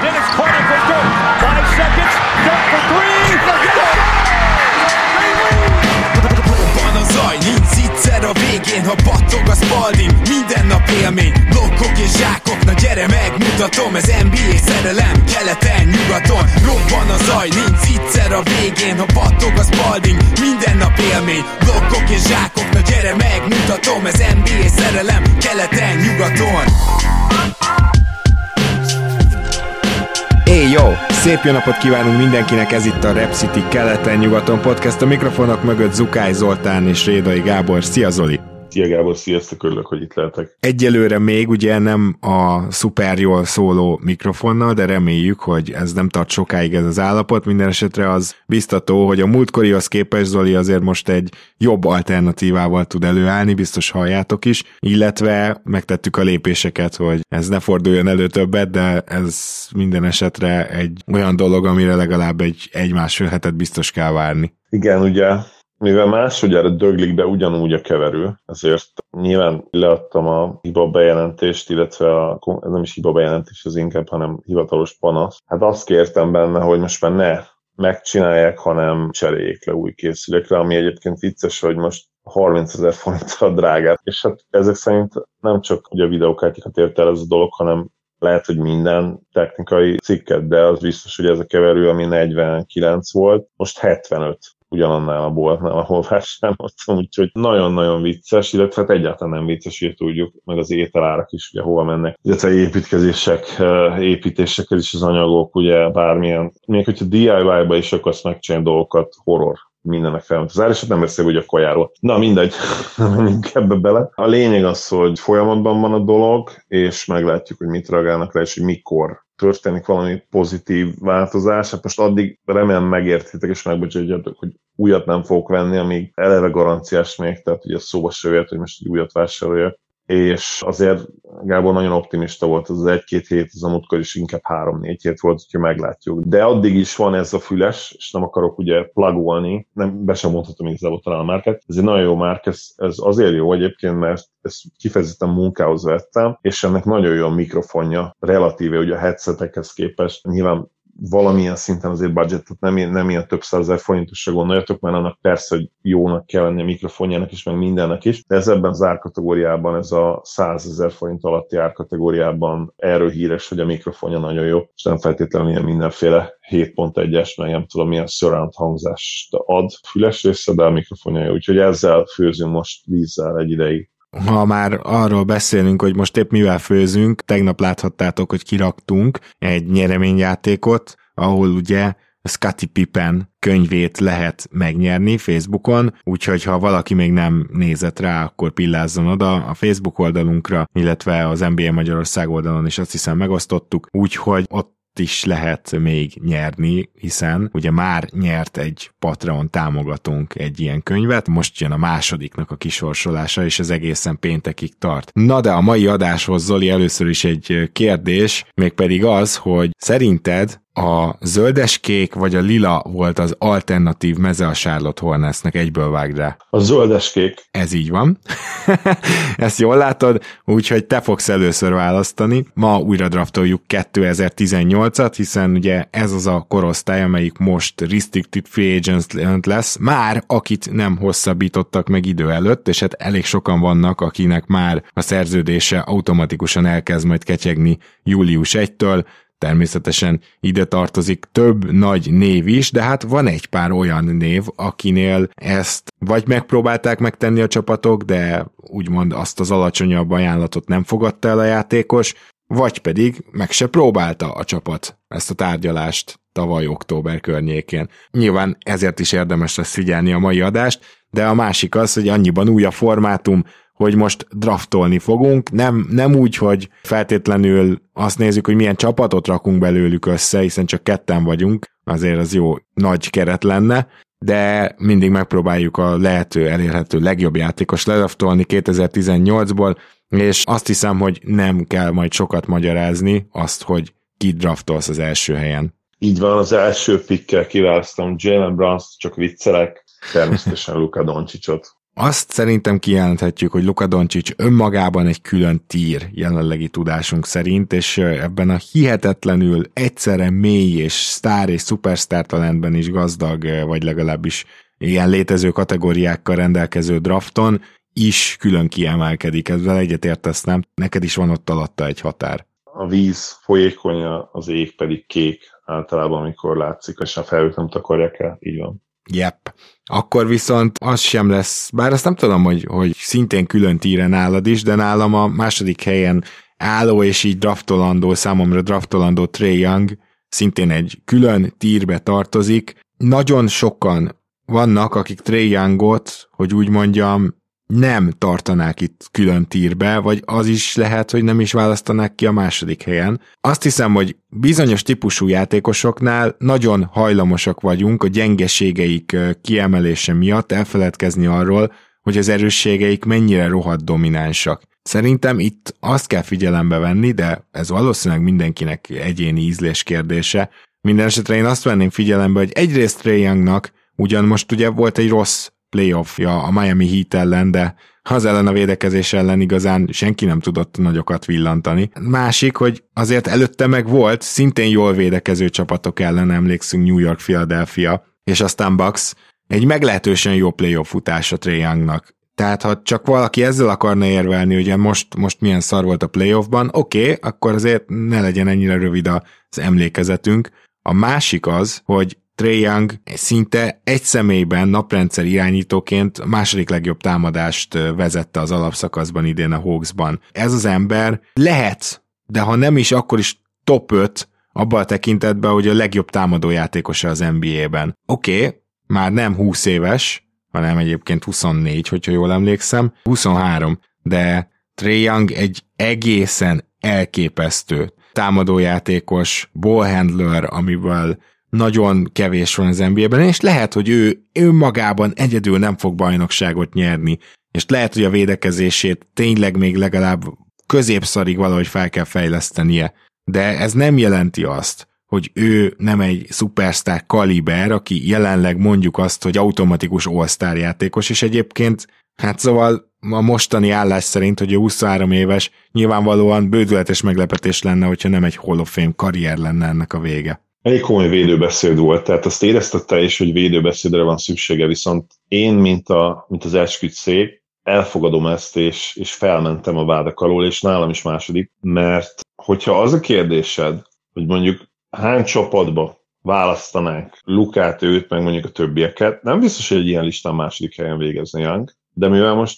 Dennis Carter for Dirk. 5 seconds. Dirk for 3. Robban a zaj, nincs egyszer a végén, ha battog a Spalding. Minden nap élmény, blokkok és zsákok. Na gyere megmutatom, ez NBA szerelem, keleten, nyugaton. Robban a zaj, nincs egyszer a végén, ha battog a Spalding. Minden nap élmény, blokkok és zsákok. Na gyere megmutatom, ez NBA szerelem, keleten, nyugaton. Jó! Szép jó napot kívánunk mindenkinek, ez itt a Rep City keleten-nyugaton podcast, a mikrofonok mögött Zukály Zoltán és Rédai Gábor. Szia Zoli! Szia Gábor, sziasztok, örülök, hogy itt lehetek. Egyelőre még ugye nem a szuper jól szóló mikrofonnal, de reméljük, hogy ez nem tart sokáig ez az állapot. Minden esetre az biztató, hogy a múltkorihoz képest Zoli azért most egy jobb alternatívával tud előállni, biztos halljátok is, illetve megtettük a lépéseket, hogy ez ne forduljon elő többet, de ez minden esetre egy olyan dolog, amire legalább egy másfél hetet biztos kell várni. Igen, ugye mivel másodjára döglik be ugyanúgy a keverő, ezért nyilván leadtam a hiba bejelentést, illetve nem is hiba bejelentés az inkább, hanem hivatalos panasz. Hát azt kértem benne, hogy most már ne megcsinálják, hanem cseréljék le új készülékre, ami egyébként vicces, hogy most 30 000 forinttal drágát. És hát ezek szerint nem csak ugye a videókártyákat ért el ez a dolog, hanem lehet, hogy minden technikai cikket, de az biztos, hogy ez a keverő, ami 49 volt, most 75. Ugyanannál a boltnál, ahol vásároltam, úgyhogy nagyon-nagyon vicces, illetve hát egyáltalán nem vicces, hogy tudjuk, meg az ételárak is, ugye hova mennek, illetve építésekkel is az anyagok, ugye bármilyen, még hogyha DIY-ba is akarsz megcsinálni dolgokat, horror. Mindennek felment az ár, és nem beszél ugye a kajáról. Na mindegy, nem menjünk ebbe bele. A lényeg az, hogy folyamatban van a dolog, és meglátjuk, hogy mit reagálnak rá, és hogy mikor történik valami pozitív változás. Hát most addig remélem megértitek, és megbocsátjátok, hogy újat nem fogok venni, amíg eleve garanciás még, tehát ugye szóba se jött, hogy most egy újat vásároljak. És azért Gábor nagyon optimista volt, az 1-2 hét, az a múltkor is inkább 3-4 hét volt, úgyhogy meglátjuk. De addig is van ez a füles, és nem akarok ugye plugolni, nem, be sem mondhatom igazából talán a márkát. Ez egy nagyon jó márk, ez azért jó egyébként, mert ezt kifejezetten munkához vettem, és ennek nagyon jó a mikrofonja, relatíve ugye a headsetekhez képest. Nyilván valamilyen szinten azért budgetet, nem ilyen több 100 000 forintosra gondoljatok, mert annak persze, hogy jónak kell lenni a mikrofonjának is, meg mindennek is, de ez ebben az árkategóriában, ez a 100 000 forint alatti árkategóriában erről híres, hogy a mikrofonja nagyon jó, és nem feltétlenül ilyen mindenféle 7.1-es, meg nem tudom, milyen surround hangzást ad füles része, de a mikrofonja jó, úgyhogy ezzel főzünk most vízzel egy ideig. Ha már arról beszélünk, hogy most épp mivel főzünk, tegnap láthattátok, hogy kiraktunk egy nyereményjátékot, ahol ugye Scottie Pippen könyvét lehet megnyerni Facebookon, úgyhogy ha valaki még nem nézett rá, akkor pillázzon oda a Facebook oldalunkra, illetve az NBA Magyarország oldalon is azt hiszem megosztottuk, úgyhogy ott is lehet még nyerni, hiszen ugye már nyert egy Patreon támogatónk egy ilyen könyvet, most jön a másodiknak a kisorsolása, és ez egészen péntekig tart. Na de a mai adáshoz, Zoli, először is egy kérdés, mégpedig az, hogy szerinted a zöldeskék vagy a lila volt az alternatív meze a Charlotte Hornetsnek, egyből vágd rá. A zöldeskék. Ez így van. Ezt jól látod, úgyhogy te fogsz először választani. Ma újra draftoljuk 2018-at, hiszen ugye ez az a korosztály, amelyik most restricted free agent lesz, már akit nem hosszabbítottak meg idő előtt, és hát elég sokan vannak, akinek már a szerződése automatikusan elkezd majd ketyegni július 1-től, természetesen ide tartozik több nagy név is, de hát van egy pár olyan név, akinél ezt vagy megpróbálták megtenni a csapatok, de úgymond azt az alacsonyabb ajánlatot nem fogadta el a játékos, vagy pedig meg se próbálta a csapat ezt a tárgyalást tavaly október környékén. Nyilván ezért is érdemes lesz figyelni a mai adást, de a másik az, hogy annyiban új a formátum, hogy most draftolni fogunk, nem úgy, hogy feltétlenül azt nézzük, hogy milyen csapatot rakunk belőlük össze, hiszen csak ketten vagyunk, azért az jó nagy keret lenne, de mindig megpróbáljuk a lehető, elérhető legjobb játékos ledraftolni 2018-ból, és azt hiszem, hogy nem kell majd sokat magyarázni azt, hogy kit draftolsz az első helyen. Így van, az első pickkel kiválasztom Jaylen Brown, csak viccelek, természetesen Luka Doncicot. azt szerintem kijelenthetjük, hogy Luka Doncic önmagában egy külön tier jelenlegi tudásunk szerint, és ebben a hihetetlenül egyszerre mély és sztár és szupersztár talentben is gazdag, vagy legalábbis ilyen létező kategóriákkal rendelkező drafton is külön kiemelkedik. Ezzel egyetértesz, nem? Neked is van ott alatta egy határ. A víz folyékony, az ég pedig kék általában, amikor látszik, és a felhők nem takarják el. Így van. Yep. Akkor viszont az sem lesz, bár azt nem tudom, hogy szintén külön tíre nálad is, de nálam a második helyen álló és így számomra draftolandó Trae Young szintén egy külön tírbe tartozik. Nagyon sokan vannak, akik Trae Youngot, hogy úgy mondjam, nem tartanák itt külön tírbe, vagy az is lehet, hogy nem is választanák ki a második helyen. Azt hiszem, hogy bizonyos típusú játékosoknál nagyon hajlamosak vagyunk a gyengeségeik kiemelése miatt elfeledkezni arról, hogy az erősségeik mennyire rohadt dominánsak. Szerintem itt azt kell figyelembe venni, de ez valószínűleg mindenkinek egyéni ízlés kérdése. Minden esetre én azt venném figyelembe, hogy egyrészt Trae Youngnak ugyan most ugye volt egy rossz playoffja a Miami Heat ellen, de az ellen a védekezés ellen igazán senki nem tudott nagyokat villantani. Másik, hogy azért előtte meg volt szintén jól védekező csapatok ellen, emlékszünk, New York, Philadelphia, és aztán Bucks, egy meglehetősen jó playoff futás a Trae Youngnak. Tehát ha csak valaki ezzel akarna érvelni, ugye most milyen szar volt a playoffban, oké, akkor azért ne legyen ennyire rövid az emlékezetünk. A másik az, hogy Trae Young szinte egy személyben naprendszer irányítóként a második legjobb támadást vezette az alapszakaszban idén a Hawksban. Ez az ember lehet, de ha nem is, akkor is top 5 abban a tekintetben, hogy a legjobb támadójátékosa az NBA-ben. Oké, már nem 20 éves, hanem egyébként 24, hogyha jól emlékszem, 23, de Trae Young egy egészen elképesztő támadójátékos, ballhandler, amiből nagyon kevés van az NBA-ben, és lehet, hogy ő önmagában egyedül nem fog bajnokságot nyerni, és lehet, hogy a védekezését tényleg még legalább középszarig valahogy fel kell fejlesztenie, de ez nem jelenti azt, hogy ő nem egy szupersztár kaliber, aki jelenleg mondjuk azt, hogy automatikus all-star játékos, és egyébként, hát szóval a mostani állás szerint, hogy ő 23 éves, nyilvánvalóan bődületes meglepetés lenne, hogyha nem egy Hall of Fame karrier lenne ennek a vége. Elég komoly védőbeszéd volt, tehát azt éreztette is, hogy védőbeszédre van szüksége, viszont én, mint az esküdtszék, elfogadom ezt, és felmentem a vádak alól, és nálam is második, mert hogyha az a kérdésed, hogy mondjuk hány csapatba választanánk Lukát, őt, meg mondjuk a többieket, nem biztos, hogy egy ilyen listán második helyen végezni Young, de mivel most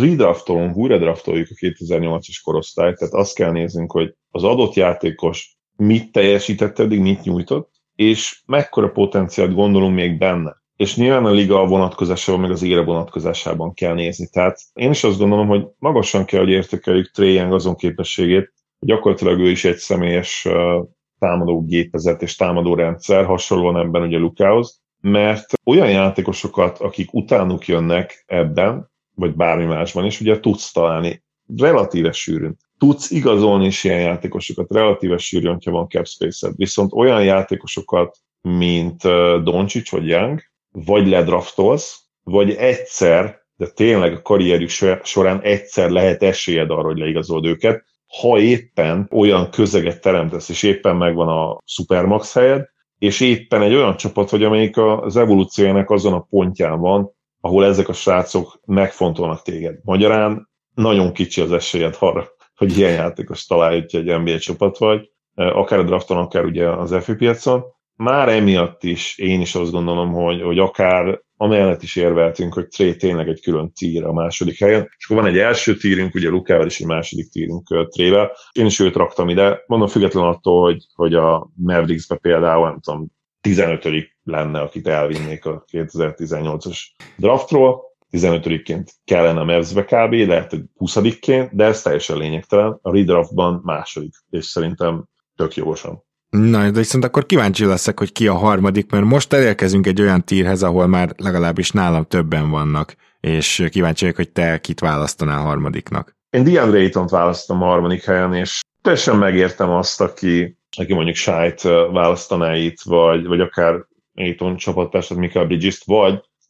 újra draftoljuk a 2008-as korosztályt, tehát azt kell néznünk, hogy az adott játékos mit teljesített eddig, mit nyújtott, és mekkora potenciált gondolunk még benne. És nyilván a liga vonatkozásában, meg az ére vonatkozásában kell nézni. Tehát én is azt gondolom, hogy magasan kell, hogy értékeljük Trae Young azon képességét, hogy gyakorlatilag ő is egy személyes támadó gépezet és támadó rendszer, hasonlóan ebben ugye Lukához, mert olyan játékosokat, akik utánuk jönnek ebben, vagy bármi másban is, ugye tudsz találni relatíve sűrűn. Tudsz igazolni is ilyen játékosokat relatíve sűrűn, hogyha van cap space-ed. Viszont olyan játékosokat, mint Doncic vagy Young, vagy ledraftolsz, vagy egyszer, de tényleg a karrierjük során egyszer lehet esélyed arra, hogy leigazold őket, ha éppen olyan közeget teremtesz, és éppen megvan a Supermax helyed, és éppen egy olyan csapat vagy, amelyik az evolúciójának azon a pontján van, ahol ezek a srácok megfontolnak téged. Magyarán nagyon kicsi az esélyed arra, hogy ilyen játékos találj, hogy egy NBA csapat vagy, akár a drafton, akár ugye az FA piacon. Már emiatt is én is azt gondolom, hogy akár amellett is érveltünk, hogy Trae tényleg egy külön tír a második helyen, és akkor van egy első tírünk, ugye Lukával, és egy második tírünk Trae-vel. Én is őt raktam ide, mondom függetlenül attól, hogy a Mavericksbe például, nem tudom, 15. lenne, akit elvinnék a 2018-as draftról, 15-ként kellene a Mavsbe kb, lehet, hogy 20-ként, de ez teljesen lényegtelen. A redraftban második, és szerintem tök jogosan. Na, de viszont akkor kíváncsi leszek, hogy ki a harmadik, mert most elérkezünk egy olyan tírhez, ahol már legalábbis nálam többen vannak, és kíváncsi vagyok, hogy te kit választanál harmadiknak. Én DeAndre Aytont választom a harmadik helyen, és teljesen megértem azt, aki mondjuk Shai-t választaná itt, vagy akár Ayton csapattársat, Michael Bridges-t, vagy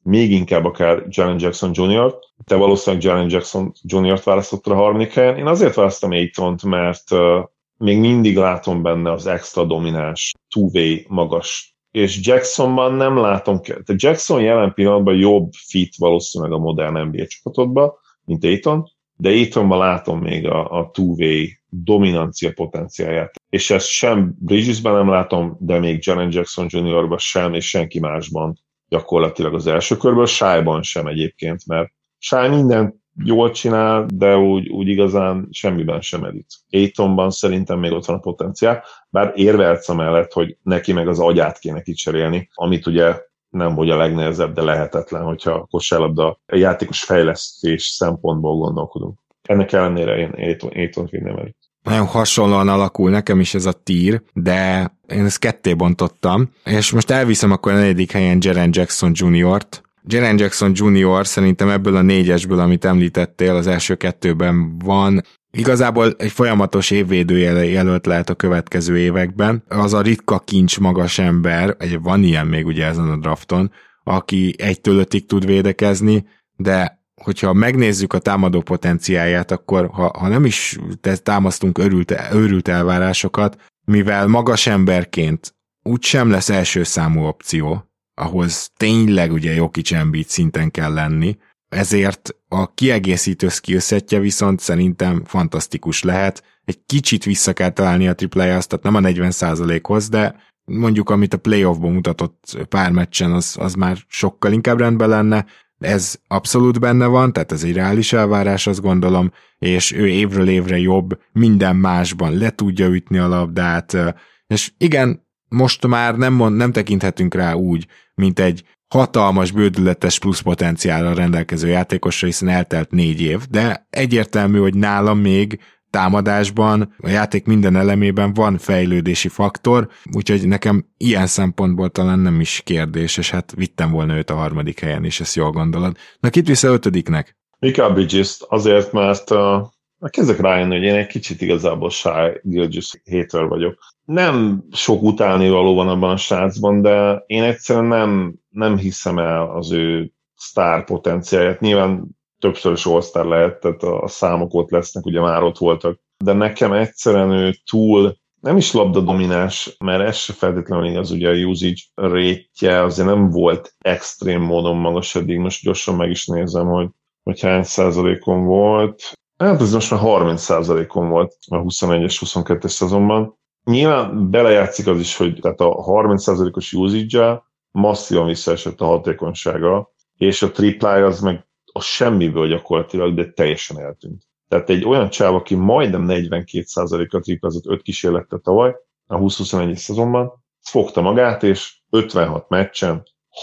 még inkább akár Jaren Jackson Jr.-t. Te valószínűleg Jaren Jackson Jr.-t választottad a harmadik helyen. Én azért választom Aytont, mert még mindig látom benne az extra domináns, two-way magas. És Jacksonban nem látom, tehát Jackson jelen pillanatban jobb fit valószínűleg a modern NBA csapatodban, mint Ayton, de Aytonban látom még a two-way dominancia potenciáját. És ezt sem Bridgesben nem látom, de még Jaren Jackson Jr.-ban sem, és senki másban gyakorlatilag az első körből, Shyban sem egyébként, mert Shy mindent jól csinál, de úgy igazán semmiben sem elit. Aytonban szerintem még ott van a potenciál, bár érvelsz amellett, hogy neki meg az agyát kéne kicserélni, amit ugye nem vagy a legnehezebb, de lehetetlen, hogyha a kosárlabda játékos fejlesztés szempontból gondolkodunk. Ennek ellenére én Aytont vinném el. Nagyon hasonlóan alakul nekem is ez a tier, de én ezt ketté bontottam, és most elviszem akkor a 4. helyen Jaren Jackson Jr.-t. Jaren Jackson Jr. szerintem ebből a 4-esből, amit említettél, az első 2-ben van. Igazából egy folyamatos évvédő jelölt lehet a következő években. Az a ritka kincs magas ember, van ilyen még ugye ezen a drafton, aki 1-5-ig tud védekezni, de hogyha megnézzük a támadó potenciáját, akkor ha nem is támasztunk őrült elvárásokat, mivel magas emberként úgysem lesz első számú opció, ahhoz tényleg ugye Jokic Embiid szinten kell lenni, ezért a kiegészítő skillsetje viszont szerintem fantasztikus lehet. Egy kicsit vissza kell találni a triplájához, tehát nem a 40%-hoz, de mondjuk amit a playoffban mutatott pár meccsen, az már sokkal inkább rendben lenne. Ez abszolút benne van, tehát ez egy reális elvárás, azt gondolom, és ő évről évre jobb, minden másban le tudja ütni a labdát, és igen, most már nem tekinthetünk rá úgy, mint egy hatalmas, bődületes plusz potenciálra rendelkező játékosra, hiszen eltelt 4 év, de egyértelmű, hogy nálam még támadásban, a játék minden elemében van fejlődési faktor, úgyhogy nekem ilyen szempontból talán nem is kérdés, és hát vittem volna őt a 3. helyen is, ezt jól gondolod. Na, kit viszel 5-nek? Mikal Bridges, azért, mert kezdek rájönni, hogy én egy kicsit igazából Shai Gilgeous hater vagyok. Nem sok utálnivaló van abban a srácban, de én egyszerűen nem hiszem el az ő sztár potenciáját. Nyilván többszörös all-star lehet, tehát a számok ott lesznek, ugye már ott voltak. De nekem egyszerűen ő túl, nem is labdadomináns, mert ez se feltétlenül igaz, ugye a usage rate-je azért nem volt extrém módon magas eddig. Most gyorsan meg is nézem, hogy hány százalékon volt. Hát ez most már 30%-on volt a 21-es, 22-es szezonban. Nyilván belejátszik az is, hogy tehát a 30%-os usage-el masszívan visszaesett a hatékonysága, és a triplája az meg a semmiből gyakorlatilag, de teljesen eltűnt. Tehát egy olyan csáv, aki majdnem 42%-kal triplázott 5 kísérlettel tavaly, a 20-21-es szezonban, fogta magát, és 56 meccsen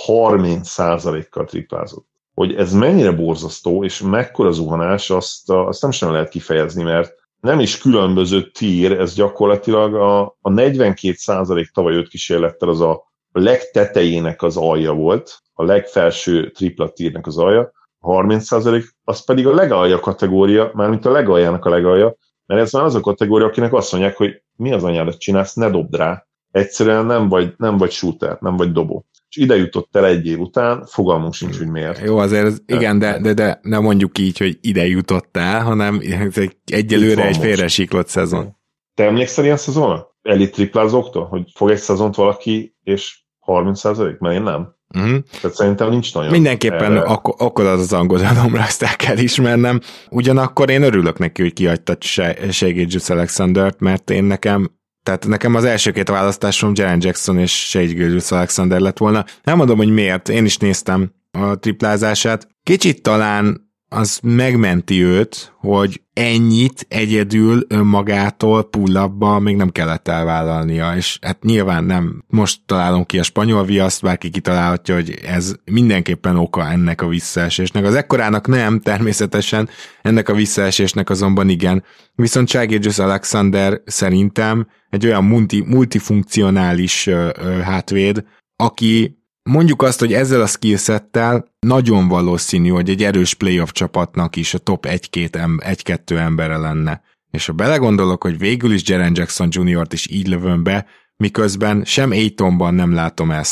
30%-kal triplázott. Hogy ez mennyire borzasztó, és mekkora zuhanás, azt nem sem lehet kifejezni, mert nem is különböző tier, ez gyakorlatilag a 42% tavaly 5 kísérlettel az a legtetejének az alja volt, a legfelső tripla tiernek az alja, a 30% az pedig a legalja kategória, mármint a legaljának a legalja, mert ez már az a kategória, akinek azt mondják, hogy mi az anyádat csinálsz, ne dobd rá. Egyszerűen nem vagy shooter, nem vagy dobó. És ide jutott el 1 év után, fogalmunk sincs, hogy miért. Jó, azért igen, de nem mondjuk így, hogy ide jutottál, hanem ez egyelőre egy félresiklott szezon. Te emlékszel ilyen szezonra? Elit triplázóktól? Hogy fog egy szezont valaki, és 30%? Mert én nem. Uh-huh. Tehát szerintem nincs nagyon. Mindenképpen akkor az aggodalomra, ezt el kell ismernem. Ugyanakkor én örülök neki, hogy kihagytad Shai Gilgeous-Alexandert, mert nekem az első 2 választásom Jaren Jackson és Shai Gilgeous-Alexander lett volna. Nem mondom, hogy miért, én is néztem a triplázását. Kicsit talán az megmenti őt, hogy ennyit egyedül önmagától pull-upba még nem kellett elvállalnia, és hát nyilván nem most találom ki a spanyol viaszt, bárki kitalálhatja, hogy ez mindenképpen oka ennek a visszaesésnek. Az ekkorának nem, természetesen, ennek a visszaesésnek azonban igen. Viszont Shai Gilgeous-Alexander szerintem egy olyan multifunkcionális hátvéd, aki mondjuk azt, hogy ezzel a skillsettel nagyon valószínű, hogy egy erős playoff csapatnak is a top 1-2 embere lenne. És ha belegondolok, hogy végül is Jaren Jackson Jr.-t is így lövöm be, miközben sem Aytonban nem látom ezt,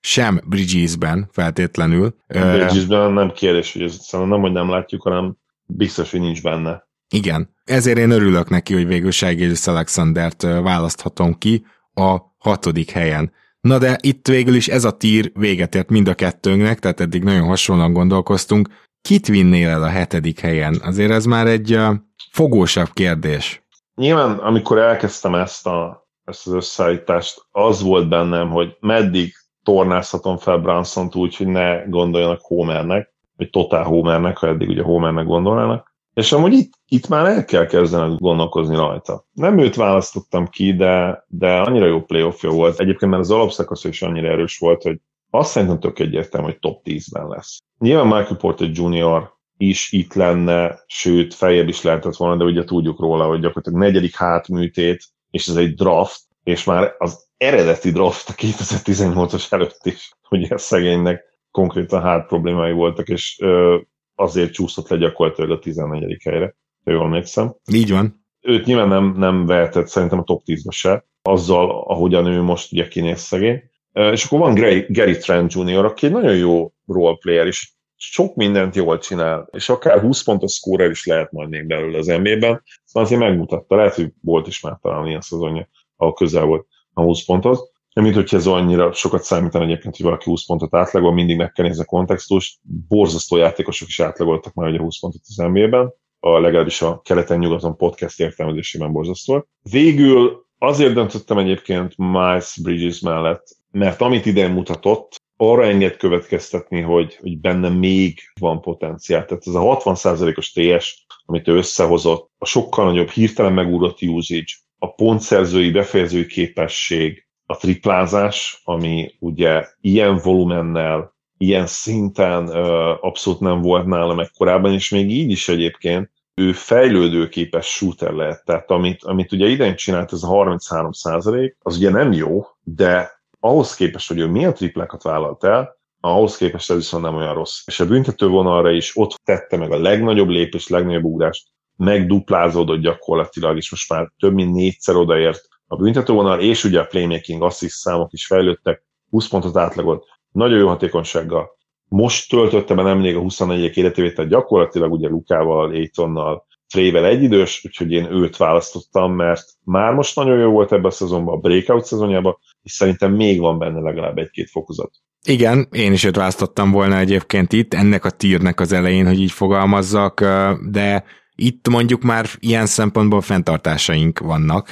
sem Bridgesben feltétlenül. Bridgesben nem kérdés, hogy ez nem, hogy nem látjuk, hanem biztos, hogy nincs benne. Igen, ezért én örülök neki, hogy végül Shai Gilgeous-Alexandert választhatom ki a 6. helyen. Na de itt végül is ez a tier véget ért mind a kettőnknek, tehát eddig nagyon hasonlóan gondolkoztunk. Kit vinnél el a 7. helyen? Azért ez már egy fogósabb kérdés. Nyilván, amikor elkezdtem ezt az összeállítást, az volt bennem, hogy meddig tornázhatom fel Brunsont úgy, hogy ne gondoljanak Homernek, vagy totál Homernek, ha eddig ugye Homernek gondolnának. És amúgy itt már el kell kezdeni gondolkozni rajta. Nem őt választottam ki, de annyira jó playoffja volt. Egyébként már az alapszakasz is annyira erős volt, hogy azt szerintem tök egyértelmű, hogy top 10-ben lesz. Nyilván Michael Porter Jr. is itt lenne, sőt, feljebb is lehetett volna, de ugye tudjuk róla, hogy gyakorlatilag 4. hátműtét, és ez egy draft, és már az eredeti draft a 2018-as előtt is, ugye a szegénynek konkrétan hát problémái voltak, és azért csúszott le gyakorlatilag a 14. helyre, ha jól emlékszem. Így van. Őt nyilván nem vehetett szerintem a top 10-be se, azzal, ahogyan ő most ugye kinéz szegény. És akkor van Gary Trent Jr., aki egy nagyon jó roleplayer, és sok mindent jól csinál, és akár 20 pontos scorer is lehet majd még belőle az NBA-ben, azért megmutatta, lehet, hogy volt is már talán ilyen szezonja, ahol közel volt a 20 ponthoz. Nem, mint hogyha ez annyira sokat számítan egyébként, hogy valaki 20 pontot átlagol, mindig meg kell nézni a kontextust. Borzasztó játékosok is átlagoltak már ugye 20 pontot az NBA-ben, legalábbis a keleten-nyugaton podcast értelmezésében borzasztó. Végül azért döntöttem egyébként Miles Bridges mellett, mert amit idén mutatott, arra enged következtetni, hogy benne még van potenciál. Tehát ez a 60%-os TS, amit ő összehozott, a sokkal nagyobb hirtelen megúrott usage, a pontszerzői, befejezői képesség, a triplázás, ami ugye ilyen volumennel, ilyen szinten abszolút nem volt nálam meg korábban, és még így is egyébként ő fejlődőképes shooter lehet. Tehát amit ugye idén csinált, ez a 33%, az ugye nem jó, de ahhoz képest, hogy ő milyen triplákat vállalt el, ahhoz képest ez viszont nem olyan rossz. És a büntetővonalra is ott tette meg a legnagyobb lépést, legnagyobb ugrást, megduplázódott gyakorlatilag, és most már több mint 4-szer odaért a büntetővonal, és ugye a playmaking assist számok is fejlődtek, 20 pontot átlagolt, nagyon jó hatékonysággal. Most töltötte be nemrég a 24. életévét, tehát gyakorlatilag ugye Lukával, Aytonnal, Trayvel egyidős, úgyhogy én őt választottam, mert már most nagyon jó volt ebben a szezonban, a breakout szezonjában, és szerintem még van benne legalább 1-2 fokozat. Igen, én is őt választottam volna egyébként itt, ennek a tírnek az elején, hogy így fogalmazzak, de itt mondjuk már ilyen szempontból fenntartásaink vannak.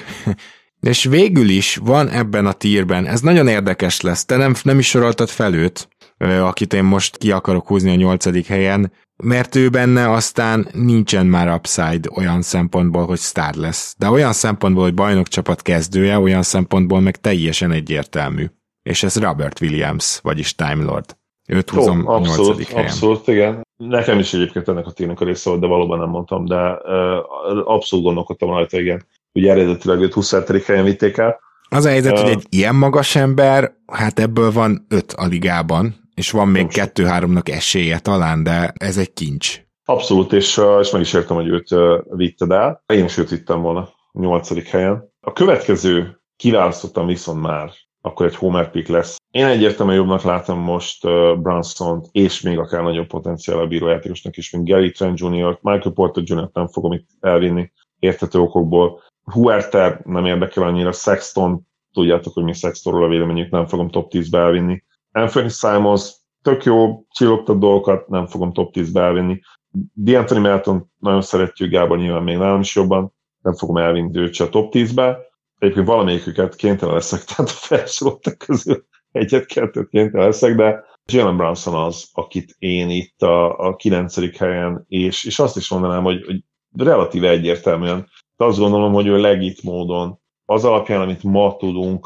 És végül is van ebben a tírben, ez nagyon érdekes lesz, te nem is soroltad fel őt, akit én most ki akarok húzni a 8. helyen, mert ő benne aztán nincsen már upside olyan szempontból, hogy sztár lesz. De olyan szempontból, hogy bajnokcsapat kezdője, olyan szempontból meg teljesen egyértelmű. És ez Robert Williams, vagyis Time Lord. Őt húzom a 8. helyen. Abszolút, igen. Nekem is egyébként ennek a tírnek a része volt, de valóban nem mondtam, de abszolút gondolkodtam rajta, igen. Ugye eredetileg őt 27. helyen vitték el. Az a helyzet, hogy egy ilyen magas ember, hát ebből van 5 a ligában, és van még 2-3-nak esélye talán, de ez egy kincs. Abszolút, és meg is értem, hogy őt vitted el. Én is őt vittem volna 8. helyen. A következő kiválasztottam viszont már, akkor egy homer pick lesz. Én egyértelműen jobbnak látom most Brunsont, és még akár nagyobb potenciál a bírójátékosnak is, mint Gary Trent Jr., Michael Porter Jr. nem fogom itt elvinni érthető okokból. Huerter nem érdekel annyira, Sexton, tudjátok, hogy mi Sextonról a véleményük, nem fogom top 10-be elvinni. Anthony Simons, tök jó, csillogtat dolgokat, nem fogom top 10-be elvinni. D'Anthony Melton nagyon szeretjük, Gábor nyilván még nálam is jobban, nem fogom elvinni őt se a top 10-be. Egyébként valamelyiküket kénytelen leszek, tehát a felsoroltak közül egyet-kettőt kénytelen leszek, de Jalen Brunson az, akit én itt a 9. helyen, és azt is mondanám, hogy relatíve egyértelműen, de azt gondolom, hogy ő legit módon az alapján, amit ma tudunk,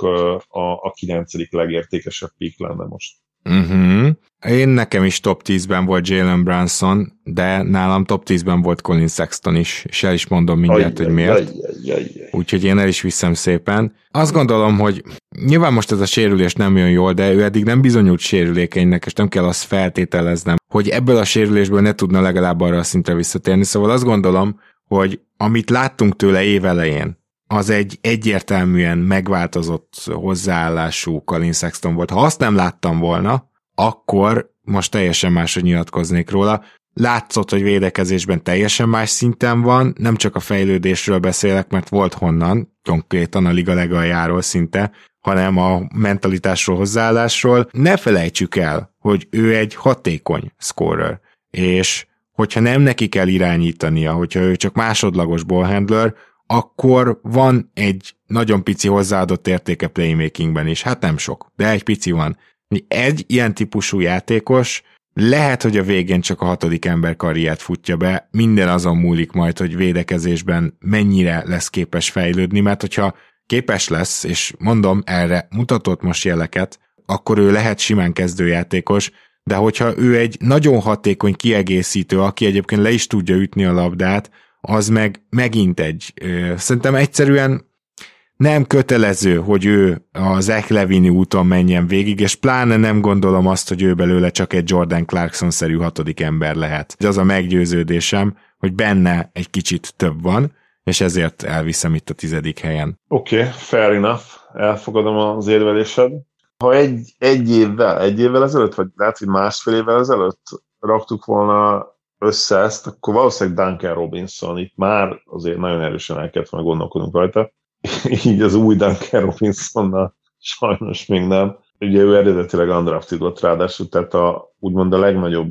a 9. legértékesebb pick lenne most. Én nekem is top 10-ben volt Jalen Brunson, de nálam top 10-ben volt Colin Sexton is, és el is mondom mindjárt, hogy miért. Úgyhogy én el is viszem szépen. Azt gondolom, hogy nyilván most ez a sérülés nem jön jól, de ő eddig nem bizonyult sérülékenynek, és nem kell azt feltételeznem, hogy ebből a sérülésből ne tudna legalább arra a szintre visszatérni. Szóval azt gondolom, hogy amit láttunk tőle évelején, az egy egyértelműen megváltozott hozzáállású Colin Sexton volt. Ha azt nem láttam volna, akkor most teljesen máshogy nyilatkoznék róla. Látszott, hogy védekezésben teljesen más szinten van, nem csak a fejlődésről beszélek, mert volt honnan, konkrétan a liga legaljáról szinte, hanem a mentalitásról, hozzáállásról. Ne felejtsük el, hogy ő egy hatékony scorer, és hogyha nem neki kell irányítania, hogyha ő csak másodlagos ballhandler, akkor van egy nagyon pici hozzáadott értéke playmakingben is. Hát nem sok, de egy pici van. Egy ilyen típusú játékos lehet, hogy a végén csak a 6. ember karriert futja be, minden azon múlik majd, hogy védekezésben mennyire lesz képes fejlődni, mert hogyha képes lesz, és mondom, erre mutatott most jeleket, akkor ő lehet simán kezdőjátékos, de hogyha ő egy nagyon hatékony kiegészítő, aki egyébként le is tudja ütni a labdát, az meg megint szerintem egyszerűen nem kötelező, hogy ő a Zach Levine úton menjen végig, és pláne nem gondolom azt, hogy ő belőle csak egy Jordan Clarkson-szerű 6. ember lehet. Az a meggyőződésem, hogy benne egy kicsit több van, és ezért elviszem itt a 10. helyen. Oké, fair enough. Elfogadom az érvelésed. Ha egy évvel ezelőtt, vagy lehet, hogy másfél évvel ezelőtt raktuk volna össze ezt, akkor valószínűleg Duncan Robinson itt már azért nagyon erősen el kellett volna gondolkodnunk rajta. Így az új Duncan Robinsonnal sajnos még nem. Ugye ő eredetileg undrafted volt ráadásul, tehát úgymond a legnagyobb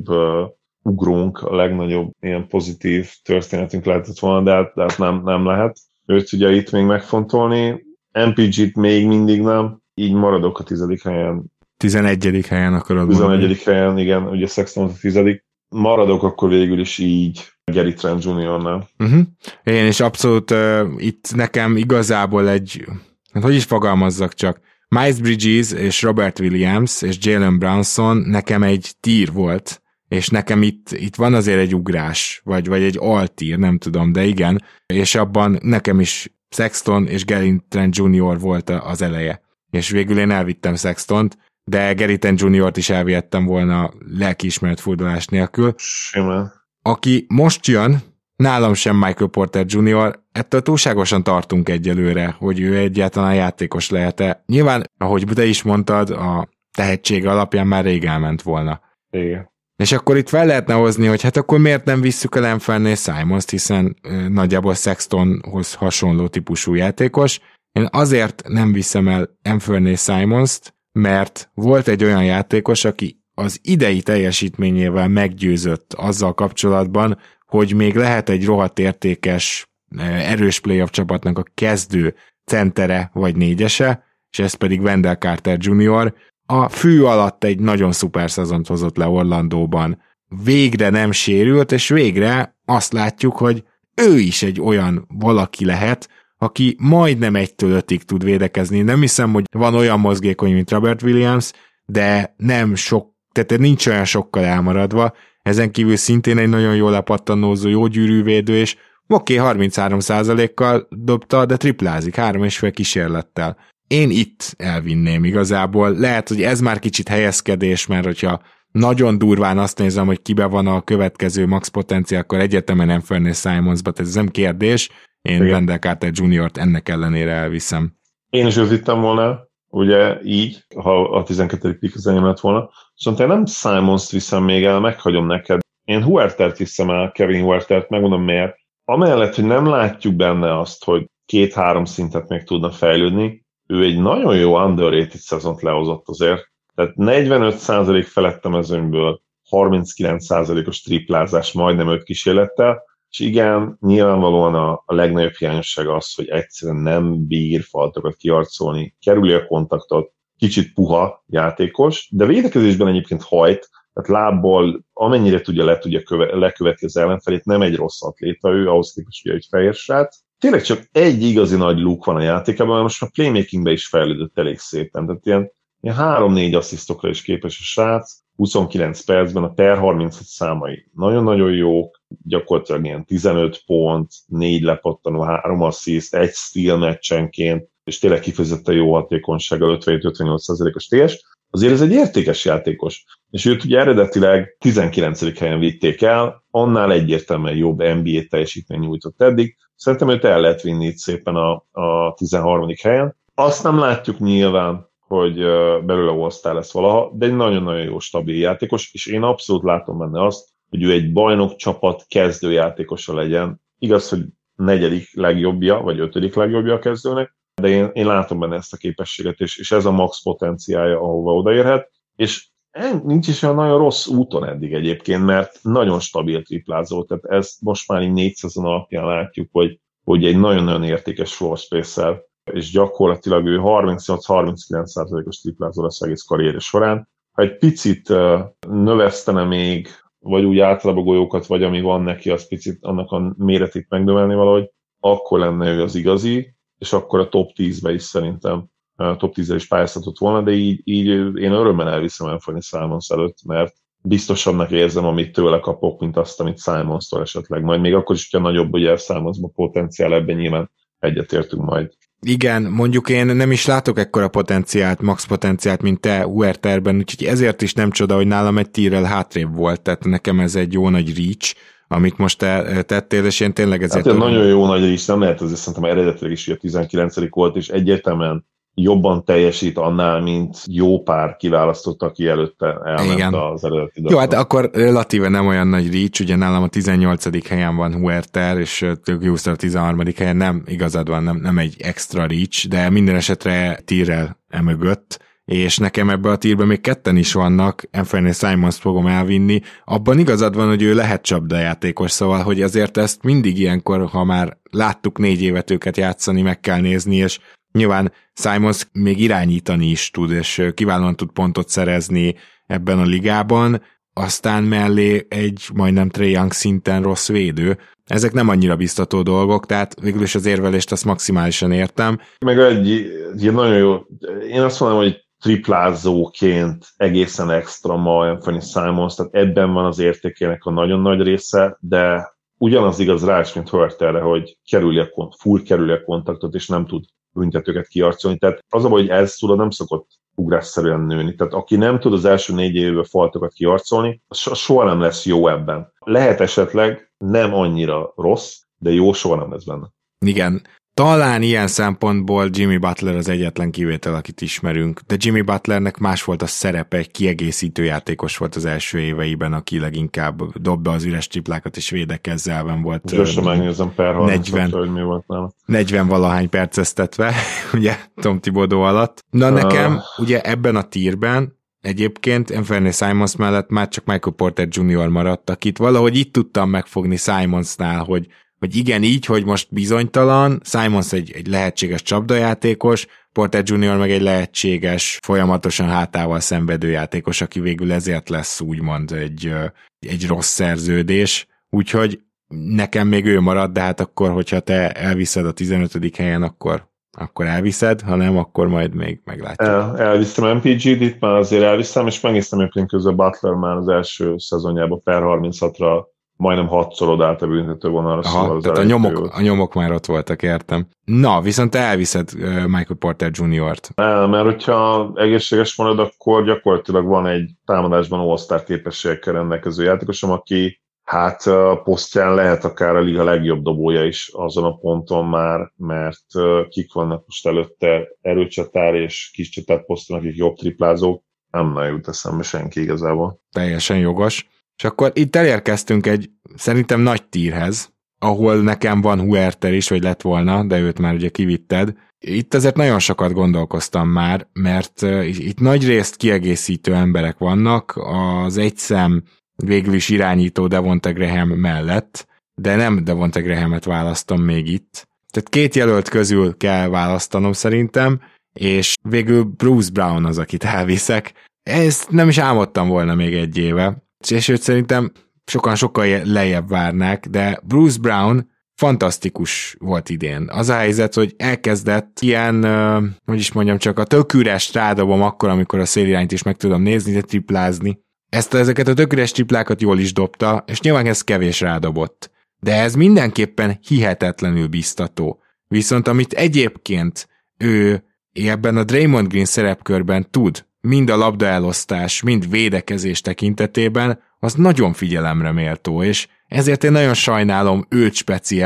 ugrónk, a legnagyobb ilyen pozitív történetünk lehetett volna, de hát nem lehet. Őt ugye itt még megfontolni, MPG-t még mindig nem, így maradok a 10. helyen. 11. helyen akarod 11. helyen, igen, ugye Sexton a 10. Maradok akkor végül is így Gary Trent Jr.-nál. Én is abszolút itt nekem igazából hogy is fogalmazzak csak, Miles Bridges és Robert Williams és Jalen Brunson nekem egy tier volt, és nekem itt van azért egy ugrás, vagy egy altír, nem tudom, de igen, és abban nekem is Sexton és Gary Trent Jr. volt az eleje. És végül én elvittem Sextont, de Gary Trent Jr.-t is elvihettem volna lelkiismeret furdalás nélkül. Simán. Aki most jön, nálam sem Michael Porter Jr., ettől túlságosan tartunk egyelőre, hogy ő egyáltalán játékos lehet-e. Nyilván, ahogy te is mondtad, a tehetsége alapján már rég elment volna. Igen. És akkor itt fel lehetne hozni, hogy hát akkor miért nem visszük el Anthony Simons-t, hiszen nagyjából Sextonhoz hasonló típusú játékos. Én azért nem viszem el Anthony Simons-t, mert volt egy olyan játékos, aki az idei teljesítményével meggyőzött azzal kapcsolatban, hogy még lehet egy rohadt értékes, erős playoff csapatnak a kezdő centere vagy négyese, és ez pedig Wendell Carter Jr. A fű alatt egy nagyon szuper szezont hozott le Orlandóban. Végre nem sérült, és végre azt látjuk, hogy ő is egy olyan valaki lehet, aki majdnem 1-től 5-ig tud védekezni. Nem hiszem, hogy van olyan mozgékony, mint Robert Williams, de nem sok, tehát nincs olyan sokkal elmaradva. Ezen kívül szintén egy nagyon jól lepattanózó, jó gyűrűvédő, és 33%-kal dobta, de triplázik, 3,5 kísérlettel. Én itt elvinném igazából. Lehet, hogy ez már kicsit helyezkedés, mert hogyha nagyon durván azt nézem, hogy kibe van a következő max potenciál, akkor egyetemen nem Anthony Simonsba, ez nem kérdés. Én Wendell Carter Jr.-t ennek ellenére elviszem. Én is őzítem volna, ugye így, ha a 12. pick az enyém lett volna. Viszont én nem Simons-t viszem még el, meghagyom neked. Én Huertert viszem el, Kevin Huertert, megmondom miért. Amellett, hogy nem látjuk benne azt, hogy 2-3 szintet még tudna fejlődni, ő egy nagyon jó underrated szezont lehozott azért. Tehát 45% felett a mezőnyből, 39%-os triplázás, majdnem 5 kísérlettel, és igen, nyilvánvalóan a legnagyobb hiányosság az, hogy egyszerűen nem bír faltokat kiarcolni, kerüli a kontaktot, kicsit puha játékos, de védekezésben egyébként hajt, tehát lábból amennyire tudja, lekövetni az ellenfelét, nem egy rossz atléta ő, ahhoz képest, hogy egy fehér srác. Tényleg csak egy igazi nagy luk van a játékában, mert most a playmakingben is fejlődött elég szépen, tehát ilyen 3-4 asszisztokra is képes a srác, 29 percben a per 36 számai nagyon-nagyon jók, gyakorlatilag ilyen 15 pont, 4 lepattanó, 3 assziszt, 1 steal meccsenként, és tényleg kifejezetten jó hatékonysággal 57-58%-os TS. Azért ez egy értékes játékos, és őt ugye eredetileg 19. helyen vitték el, annál egyértelműen jobb NBA teljesítmény nyújtott eddig, szerintem őt el lehet vinni itt szépen a 13. helyen. Azt nem látjuk nyilván, hogy belőle All-Star lesz valaha, de egy nagyon-nagyon jó stabil játékos, és én abszolút látom benne azt, hogy ő egy bajnokcsapat kezdőjátékosa legyen. Igaz, hogy 4. legjobbja, vagy 5. legjobbja a kezdőnek, de én látom benne ezt a képességet, és ez a max potenciálja, ahova odaérhet, és nincs is olyan nagyon rossz úton eddig egyébként, mert nagyon stabil triplázó, tehát ezt most már így 4 szezon alapján látjuk, hogy egy nagyon-nagyon értékes floor spacer, és gyakorlatilag ő 38-39%-os triplázó lesz egész karrierje során. Ha egy picit növesztene még, vagy úgy általában golyókat, vagy ami van neki, az picit annak a méretét megnövelni valahogy, akkor lenne ő az igazi, és akkor a top 10-be is szerintem top 10-re is pályázhatott volna, de így én örömmel elviszem Anthony Simons előtt, mert biztosabbnak érzem, amit tőle kapok, mint azt, amit Simonstól esetleg. Majd még akkor is, hogyha nagyobb ugye Simonsban potenciál, ebben nyilván egyetértünk majd. Igen, mondjuk én nem is látok ekkora potenciált, max potenciált, mint te Huerterben, úgyhogy ezért is nem csoda, hogy nálam egy tírrel hátrébb volt, tehát nekem ez egy jó nagy reach, amit most tettél, és én tényleg ezért... Hát nagyon jó nagy reach, nem lehet, azért szerintem eredetileg is, hogy a 19. volt, és egyértelműen jobban teljesít annál, mint jó pár kiválasztott, aki előtte elment az eredeti dacra. Jó, hát akkor relatíve nem olyan nagy reach, ugye nálam a 18. helyen van Huerter, és Houston a 13. helyen, nem igazad van, nem egy extra reach, de minden esetre tírrel emögött, és nekem ebbe a tírben még ketten is vannak, Anthony Simons fogom elvinni, abban igazad van, hogy ő lehet csapdajátékos, szóval, hogy azért ezt mindig ilyenkor, ha már láttuk 4 évet őket játszani, meg kell nézni, és nyilván Simons még irányítani is tud, és kiválóan tud pontot szerezni ebben a ligában, aztán mellé egy majdnem Trae Young szinten rossz védő. Ezek nem annyira biztató dolgok, tehát végül is az érvelést azt maximálisan értem. Meg egy nagyon jó, én azt mondom, hogy triplázóként egészen extra ma Anthony Simons, tehát ebben van az értékének a nagyon nagy része, de ugyanaz igaz rá is, mint Huerterre, hogy full kerüli a kontaktot, és nem tud büntetőket kiarcolni. Tehát az a baj, hogy ez tudod nem szokott ugrásszerűen nőni. Tehát aki nem tud az első 4 évben faltokat kiarcolni, az soha nem lesz jó ebben. Lehet esetleg nem annyira rossz, de jó soha nem lesz benne. Igen. Talán ilyen szempontból Jimmy Butler az egyetlen kivétel, akit ismerünk, de Jimmy Butlernek más volt a szerepe, egy kiegészítő játékos volt az első éveiben, aki leginkább dobba az üres triplákat és védekezzelben volt. Gyorsan megnézem per 30, hogy mi volt nála. 40 valahány perceztetve, ugye Tom Thibodeau alatt. Na nekem ugye ebben a tírben egyébként Anthony Simons mellett már csak Michael Porter Jr. maradt, akit valahogy itt tudtam megfogni Simonsnál, hogy igen, így, hogy most bizonytalan, Simons egy lehetséges csapdajátékos, Porter Jr. meg egy lehetséges, folyamatosan hátával szenvedő játékos, aki végül ezért lesz úgymond egy rossz szerződés, úgyhogy nekem még ő marad, de hát akkor, hogyha te elviszed a 15. helyen, akkor elviszed, ha nem, akkor majd még meglátjuk. Elviszem MPG-t, itt már azért elviszem, és megnéztem egyébként közben Butler már az első szezonjában per 36-ra majdnem 6-szor odállt a büntetővonalra. Szóval tehát a nyomok már ott voltak, értem. Na, viszont te elviszed Michael Porter Jr.-t. Mert hogyha egészséges marad, akkor gyakorlatilag van egy támadásban All-Star képességekkel rendelkező játékosom, aki hát a posztján lehet akár a liga legjobb dobója is azon a ponton már, mert kik vannak most előtte, erőcsatár és kis csatár poszton, akik jobb triplázók, nem nagyon jut eszembe senki igazából. Teljesen jogos. És akkor itt elérkeztünk egy szerintem nagy tírhez, ahol nekem van Huerter is, vagy lett volna, de őt már ugye kivitted. Itt azért nagyon sokat gondolkoztam már, mert itt nagy részt kiegészítő emberek vannak, az egyszem végül is irányító Devonte Graham mellett, de nem Devonte Grahamet választom még itt. Tehát 2 jelölt közül kell választanom szerintem, és végül Bruce Brown az, akit elviszek. Ezt nem is álmodtam volna még egy éve, és őt szerintem sokkal lejjebb várnák, de Bruce Brown fantasztikus volt idén. Az a helyzet, hogy elkezdett ilyen, hogy is mondjam, csak a tök üres rádobom akkor, amikor a szélirányt is meg tudom nézni, de triplázni. Ezeket a tök üres triplákat jól is dobta, és nyilván ez kevés rádobott. De ez mindenképpen hihetetlenül biztató. Viszont amit egyébként ő ebben a Draymond Green szerepkörben tud, mind a labdaelosztás, mind védekezés tekintetében, az nagyon figyelemre méltó, és ezért én nagyon sajnálom őt speciál,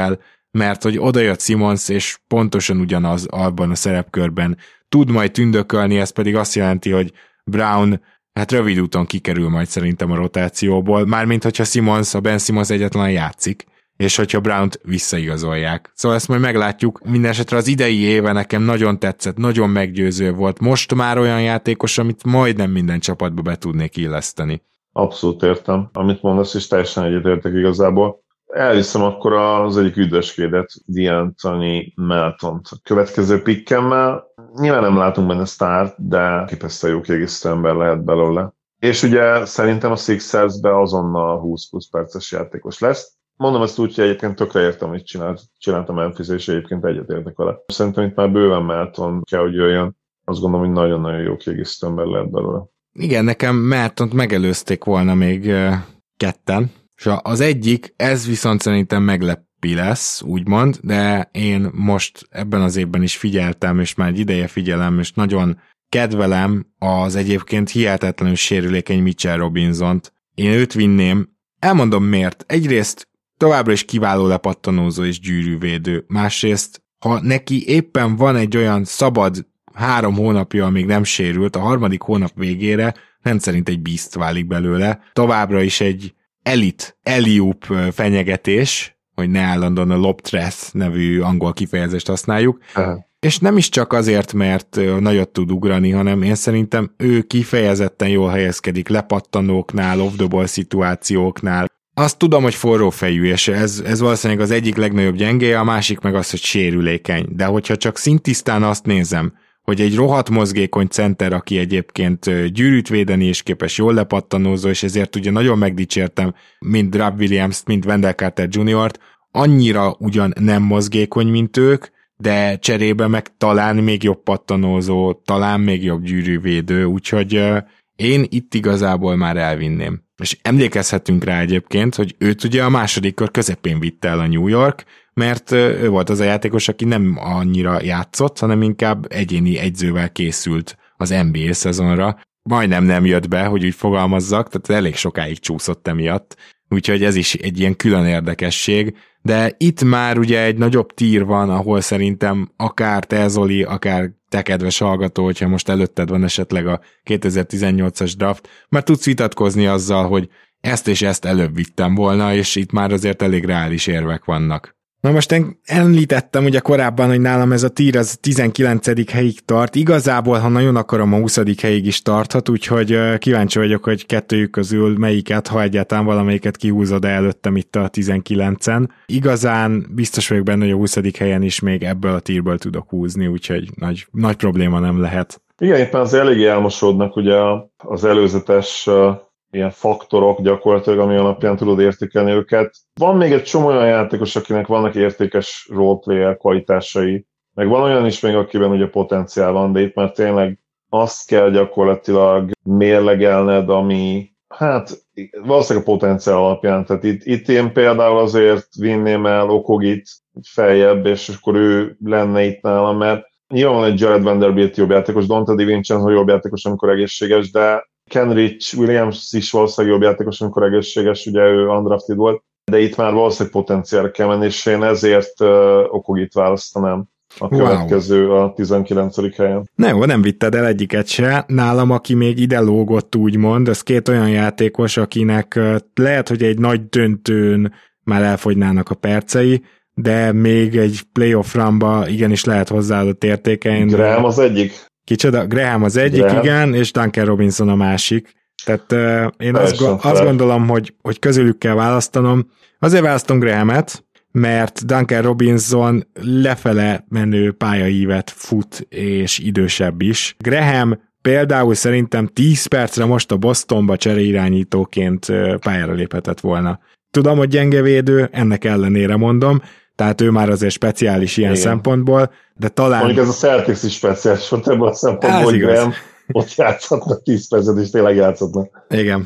mert hogy odajött Simmons, és pontosan ugyanaz abban a szerepkörben tud majd tündökölni, ez pedig azt jelenti, hogy Brown hát rövid úton kikerül majd szerintem a rotációból, mármint hogyha a Ben Simmons egyetlen játszik, és hogyha Brownt visszaigazolják. Szóval ezt majd meglátjuk. Mindenesetre az idei éve nekem nagyon tetszett, nagyon meggyőző volt. Most már olyan játékos, amit majdnem minden csapatba be tudnék illeszteni. Abszolút értem, amit mondasz, és teljesen egyetértek igazából. Elviszem akkor az egyik üdvöskédet, D'Anthony Meltont. A következő pickemmel nyilván nem látunk benne sztárt, de képesztően jó kiegészítő ember lehet belőle. És ugye szerintem a Sixersbe azonnal 20 plusz perces játékos lesz. Mondom ezt úgy, hogy egyébként tökre értem, hogy csináltam Memphis, és egyébként egyetértek vele. Szerintem itt már bőven Melton kell, hogy jöjjön. Azt gondolom, hogy nagyon-nagyon jó kiegészítő ember lehet belőle. Igen, nekem Meltont megelőzték volna még ketten, és az egyik, ez viszont szerintem meglepi lesz, úgymond, de én most ebben az évben is figyeltem, és már egy ideje figyelem, és nagyon kedvelem az egyébként hihetetlenül sérülékeny Mitchell Robinsont. Én őt vinném, elmondom miért. Egyrészt továbbra is kiváló lepattanózó és gyűrűvédő, másrészt, ha neki éppen van egy olyan szabad 3 hónapja, amíg nem sérült, a 3. hónap végére rendszerint egy beast válik belőle, továbbra is egy alley-oop fenyegetés, hogy ne állandóan a lob threat nevű angol kifejezést használjuk, és nem is csak azért, mert nagyot tud ugrani, hanem én szerintem ő kifejezetten jól helyezkedik lepattanóknál, off-the-ball szituációknál. Azt tudom, hogy forrófejű, és ez valószínűleg az egyik legnagyobb gyengéje, a másik meg az, hogy sérülékeny. De hogyha csak szintisztán azt nézem, hogy egy rohadt mozgékony center, aki egyébként gyűrűt védeni és képes jól lepattanózó, és ezért ugye nagyon megdicsértem mind Rob Williams-t, mind Wendell Carter Jr.-t, annyira ugyan nem mozgékony, mint ők, de cserébe meg talán még jobb pattanózó, talán még jobb gyűrűvédő, úgyhogy én itt igazából már elvinném. És emlékezhetünk rá egyébként, hogy őt ugye a második kör közepén vitte el a New York, mert ő volt az a játékos, aki nem annyira játszott, hanem inkább egyéni egyzővel készült az NBA szezonra. Majdnem nem jött be, hogy úgy fogalmazzak, tehát elég sokáig csúszott emiatt, úgyhogy ez is egy ilyen külön érdekesség, de itt már ugye egy nagyobb tír van, ahol szerintem akár te Zoli, akár te kedves hallgató, hogyha most előtted van esetleg a 2018-as draft, már tudsz vitatkozni azzal, hogy ezt és ezt előbb vittem volna, és itt már azért elég reális érvek vannak. Na most én említettem ugye korábban, hogy nálam ez a tír az 19. helyig tart, igazából, ha nagyon akarom, a 20. helyig is tarthat, úgyhogy kíváncsi vagyok, hogy kettőjük közül melyiket, ha egyáltalán valamelyiket kihúzod előttem itt a 19-en. Igazán biztos vagyok benne, hogy a 20. helyen is még ebből a tírből tudok húzni, úgyhogy nagy probléma nem lehet. Igen, éppen az eléggé elmosódnak ugye az előzetes ilyen faktorok gyakorlatilag, ami alapján tudod értékelni őket. Van még egy csomó olyan játékos, akinek vannak értékes roleplayer kvalitásai, meg van olyan is még, akiben ugye potenciál van, de itt már tényleg azt kell gyakorlatilag mérlegelned, ami, hát valószínűleg a potenciál alapján. Tehát itt én például azért vinném el Okogit feljebb, és akkor ő lenne itt nálam, mert nyilván van egy Jared Vanderbilt jobb játékos, Donte DiVincenzo jobb játékos, amikor egészséges, de Kenrich Williams is valószínűleg jobb játékos, amikor egészséges, ugye ő undrafted volt, de itt már valószínűleg potenciálra kell menni, és én ezért Okogit választanám a következő a 19. helyen. Nem vitted el egyiket se. Nálam, aki még ide lógott, úgymond, ez 2 olyan játékos, akinek lehet, hogy egy nagy döntőn már elfogynának a percei, de még egy playoff runba igenis lehet hozzáadott értékein. Graham az egyik? Kicsoda? Graham az egyik, Graham. Igen, és Duncan Robinson a másik. Tehát én azt gondolom, hogy közülük kell választanom. Azért választom Grahamet, mert Duncan Robinson lefele menő pályaívet fut, és idősebb is. Graham például szerintem 10 percre most a Bostonba csereirányítóként pályára léphetett volna. Tudom, hogy gyenge védő, ennek ellenére mondom, tehát ő már azért speciális ilyen szempontból, de talán... Mondjuk ez a Celtics is speciális volt ebből a szempontból, hogy Graham ott játszhatnak 10 percet, és tényleg játszhatnak. Igen.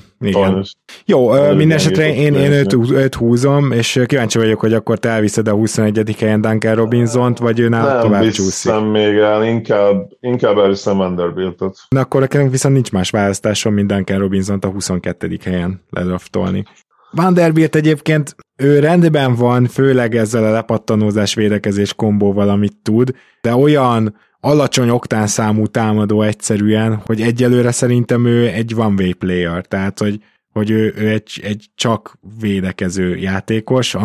Jó, mindenesetre én őt húzom, és kíváncsi vagyok, hogy akkor te elviszed a 21. helyen Duncan Robinsont, vagy ő nála tovább csúszik. Nem még el, inkább elviszem Vanderbiltot. Na akkor nekem viszont nincs más választásom, mint Duncan Robinson-t a 22. helyen ledraftolni. Vanderbilt egyébként ő rendben van, főleg ezzel a lepattanózás védekezés kombóval, amit tud, de olyan alacsony oktánszámú támadó egyszerűen, hogy egyelőre szerintem ő egy one-way player, tehát hogy ő egy csak védekező játékos,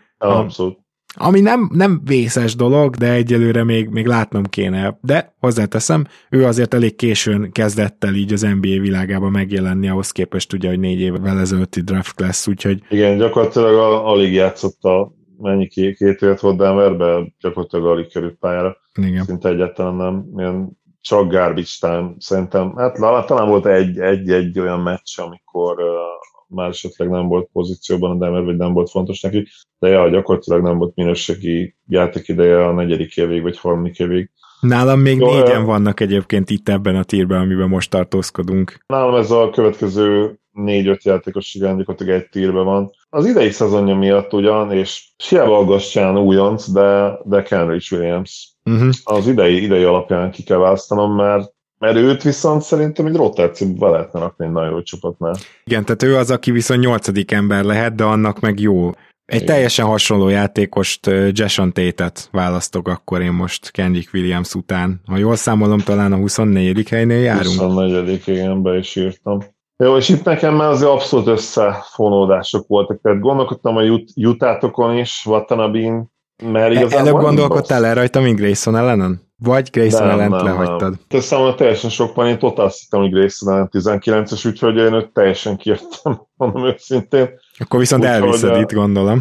ami nem vészes dolog, de egyelőre még látnom kéne. De hozzáteszem, ő azért elég későn kezdett el így az NBA világában megjelenni, ahhoz képest ugye, hogy 4 évvel ezelőtti draft class, úgyhogy... Igen, gyakorlatilag alig játszott mennyi 2 évet volt Denverbe, gyakorlatilag alig került pályára. Igen. Szinte egyáltalán nem, ilyen csak garbage time, szerintem. Hát talán volt egy olyan meccs, amikor már esetleg nem volt pozícióban a Denver, vagy nem volt fontos neki, de gyakorlatilag nem volt minőségi játékideje a 4. évig, vagy 3. évig. Nálam még 4-en vannak egyébként itt ebben a tírben, amiben most tartózkodunk. Nálam ez a következő 4-5 játékos igen, gyakorlatilag egy tírben van. Az idei szezonja miatt ugyan, és hiába aggastyán újonc, de Kenrich Williams. Az idei alapján ki kell választanom, mert őt viszont szerintem egy rotációba lehetne rakni egy nagyon jó csapatnál. Igen, tehát ő az, aki viszont 8. ember lehet, de annak meg jó. Egy teljesen hasonló játékost, Jason Tate-et választok akkor én most Kenrich Williams után. Ha jól számolom, talán a 24. helynél járunk. 24. igen, be is írtam. Jó, és itt nekem már azért abszolút összefonódások voltak, tehát gondolkodtam a jutátokon is, Watanabin, mert igazából... Előbb gondolkodtál el rajta, mint Grayson ellenen? Vagy Grayson ellent lehagytad? Te számomra teljesen sok van, én totál azt hittem, hogy Grayson ellen 19-es, úgyhogy én őt teljesen kiértem, mondom őszintén. Akkor viszont elviszed itt, gondolom.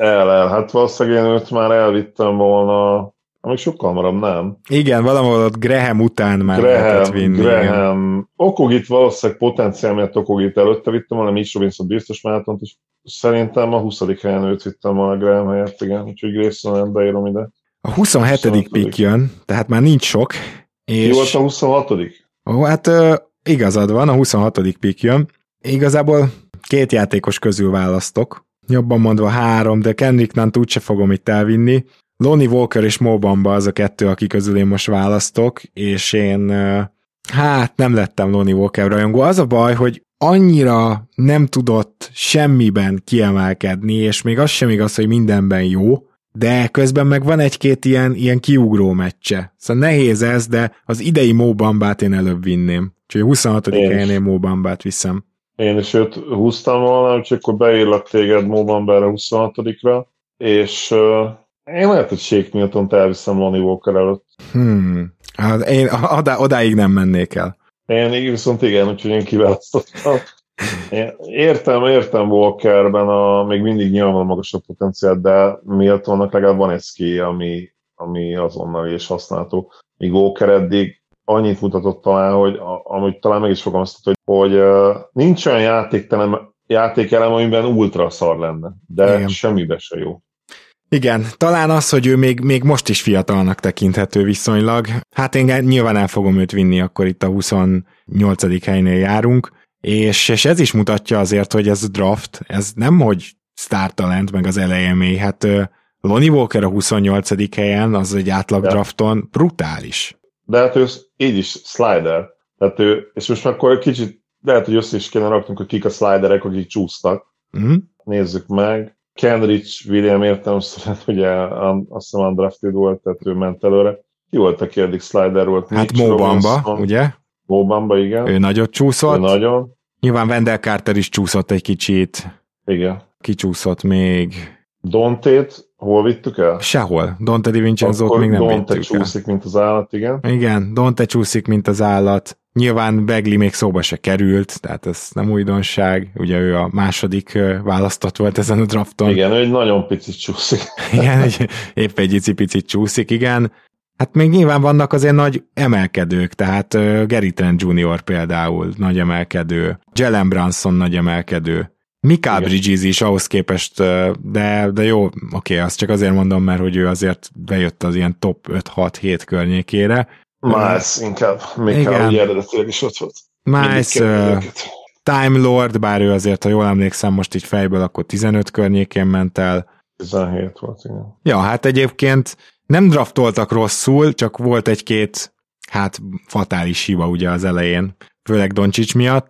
Hát valószínűleg én őt már elvittem volna, amíg sokkal hamarabb, nem? Igen, valahol ott Graham után már lehetett vinni. Graham. Okogit valószínűleg potenciál miatt Okogit előtte vittem volna, Mitch Robinson biztos Mátont, és szerintem a 20. helyen őt vittem volna Graham helyett, igen, úgyhogy Grayson beírom ide. A 27. pick jön, tehát már nincs sok. És... Ki volt a 26. Hát igazad van, a 26. pick jön. Igazából 2 játékos közül választok. Jobban mondva 3, de Kendrick Nunn úgyse fogom itt elvinni. Lonnie Walker és Mo Bamba az a 2, aki közül én most választok, és én nem lettem Lonnie Walker rajongó. Az a baj, hogy annyira nem tudott semmiben kiemelkedni, és még az sem igaz, hogy mindenben jó, de közben meg van egy-két ilyen kiugró meccse. Szóval nehéz ez, de az idei Mo Bambát én előbb vinném. Úgyhogy a 26. helyen én Mo Bambát viszem. Én is őt húztam volna, úgyhogy akkor beírlak téged Mo Bambára 26-ra, és én lehet, hogy Shake Milton-t elviszem Lonnie Walker előtt. Hát én odáig nem mennék el. Én viszont igen, úgyhogy én kiválasztottam. Értem Walkerben még mindig nyilvánvalóan magasabb potenciál, de Miltonnak legalább van egy ski, ami azonnal is használható. Míg Walker eddig annyit mutatott talán, hogy amit talán meg is fogalmaztat, hogy nincs olyan játékelem, amiben ultra szar lenne, de igen. Semmibe se jó. Igen, talán az, hogy ő még most is fiatalnak tekinthető viszonylag. Hát én nyilván el fogom őt vinni, akkor itt a 28. helynél járunk, és ez is mutatja azért, hogy ez a draft, ez nem hogy sztár talent, meg az elején mély, hát Lonnie Walker a 28. helyen, az egy átlag drafton brutális. De hát ő így is slider, tehát és most már akkor kicsit lehet, hogy össze is kéne raknunk, hogy kik a sliderek, akik csúsztak. Nézzük meg. Kenrich Williams értelemszerűen ugye azt hiszem undrafted volt, tehát ő ment előre. Ki volt, aki eddig slider volt? Hát Mo Bamba, ugye? Mo Bamba, igen. Ő nagyot csúszott. Ő nagyon. Nyilván Wendell Carter is csúszott egy kicsit. Igen. Kicsúszott még. Dante-t hol vittük el? Sehol. Dante DiVincenzo-t még nem vittük el. Dante csúszik, mint az állat, igen. Igen, Dante csúszik, mint az állat. Nyilván Bagley még szóba se került, tehát ez nem újdonság. Ugye ő a második választott volt ezen a drafton. Igen, ő egy nagyon picit csúszik. Igen, épp egy icipicit csúszik, igen. Hát még nyilván vannak azért nagy emelkedők, tehát Gary Trent Jr. például nagy emelkedő, Jalen Brunson nagy emelkedő, Mikal Bridges is ahhoz képest, de jó, oké, azt csak azért mondom, mert hogy ő azért bejött az ilyen top 5-6-7 környékére. Miles inkább, Mikal ugye eredetileg is ott volt. Miles, Time Lord, bár ő azért, ha jól emlékszem, most így fejből, akkor 15 környékén ment el. 17 volt, igen. Ja, hát egyébként nem draftoltak rosszul, csak volt egy-két, fatális hiba ugye az elején, főleg Doncic miatt.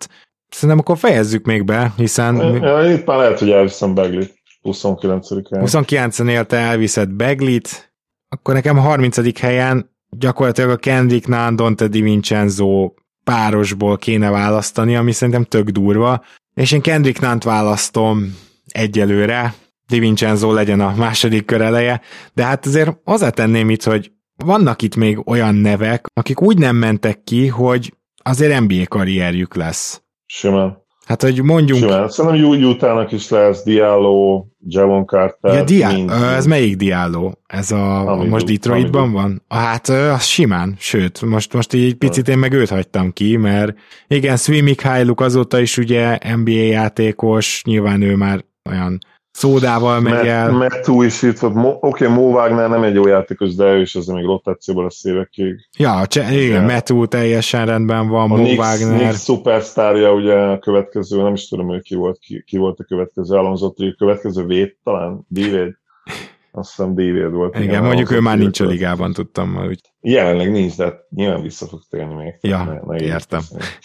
szerintem akkor fejezzük még be, hiszen... Itt már lehet, hogy elviszem Bagley-t 29-en. 29-en élte elviszed Bagley-t, akkor nekem 30. helyen gyakorlatilag a Kendrick Nunn, Donte DiVincenzo párosból kéne választani, ami szerintem tök durva, és én Kendrick Nunn-t választom egyelőre, DiVincenzo legyen a második kör eleje, de hát azért hozzátenném itt, hogy vannak itt még olyan nevek, akik úgy nem mentek ki, hogy azért NBA karrierjük lesz. Simán. Hát, hogy mondjunk... Simán. Szerintem Utah-nak is lesz, Diallo, Javon Carter. Ja, ez melyik Diallo? Ez most Detroitban van? Hát az simán, sőt, most így picit én meg őt hagytam ki, mert igen, Svi Mikhailuk azóta is ugye NBA játékos, nyilván ő már olyan szódával megy el. Matthew is itt volt. Oké, Mo Wagner nem egy jó játékos, de ő is azért még rotációban lesz évekig. Ja, igen, Matthew teljesen rendben van, Mo Wagner. Knicks szupersztárja, ugye a következő, nem is tudom, hogy ki volt a következő, Alonso Trill, következő Wade talán? D-Wade? Azt hiszem D-Wade volt. Igen, mondjuk ő már nincs a ligában, tudtam. Úgy. Jelenleg nincs, de nyilván vissza fog térni még. Ja, értem.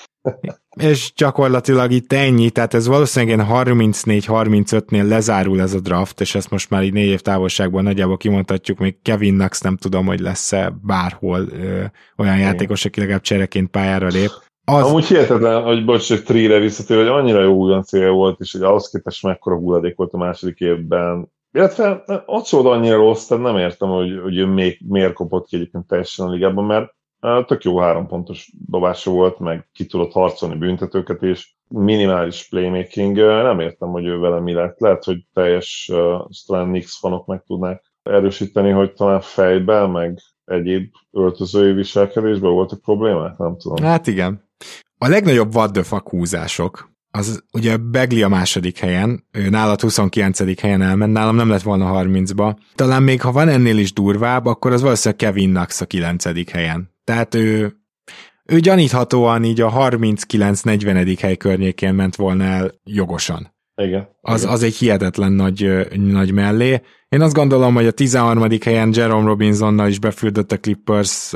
És gyakorlatilag itt ennyi, tehát ez valószínűleg 34-35-nél lezárul ez a draft, és ezt most már így 4 év távolságban nagyjából kimondhatjuk, még Kevin Knox nem tudom, hogy lesz-e bárhol olyan játékos, aki legalább csereként pályára lép. Amúgy hihetetlen, hogy bocs, Tree-re visszatér, hogy annyira jó újoncél volt, és hogy ahhoz képest mekkora hulladék volt a második évben. Illetve ott szólt annyira rossz, tehát nem értem, hogy ő miért kopott ki egyébként teljesen a ligában, mert tök jó 3 pontos dobása volt, meg ki tudott harcolni büntetőket, és minimális playmaking. Nem értem, hogy ő vele mi lett. Lehet, hogy teljes talán Knicks fanok meg tudnák erősíteni, hogy talán fejben, meg egyéb öltözői viselkedésben voltak problémák, nem tudom. Hát igen. A legnagyobb what the fuck húzások, az ugye Bagley a második helyen, ő nálad 29. helyen elment, nálam nem lett volna 30-ba. Talán még ha van ennél is durvább, akkor az valószínűleg Kevin Knox a 9. helyen. Tehát ő gyaníthatóan így a 39-40. hely környékén ment volna el jogosan. Igen. Az egy hihetetlen nagy mellé. Én azt gondolom, hogy a 13. helyen Jerome Robinsonnal is befüldött a Clippers,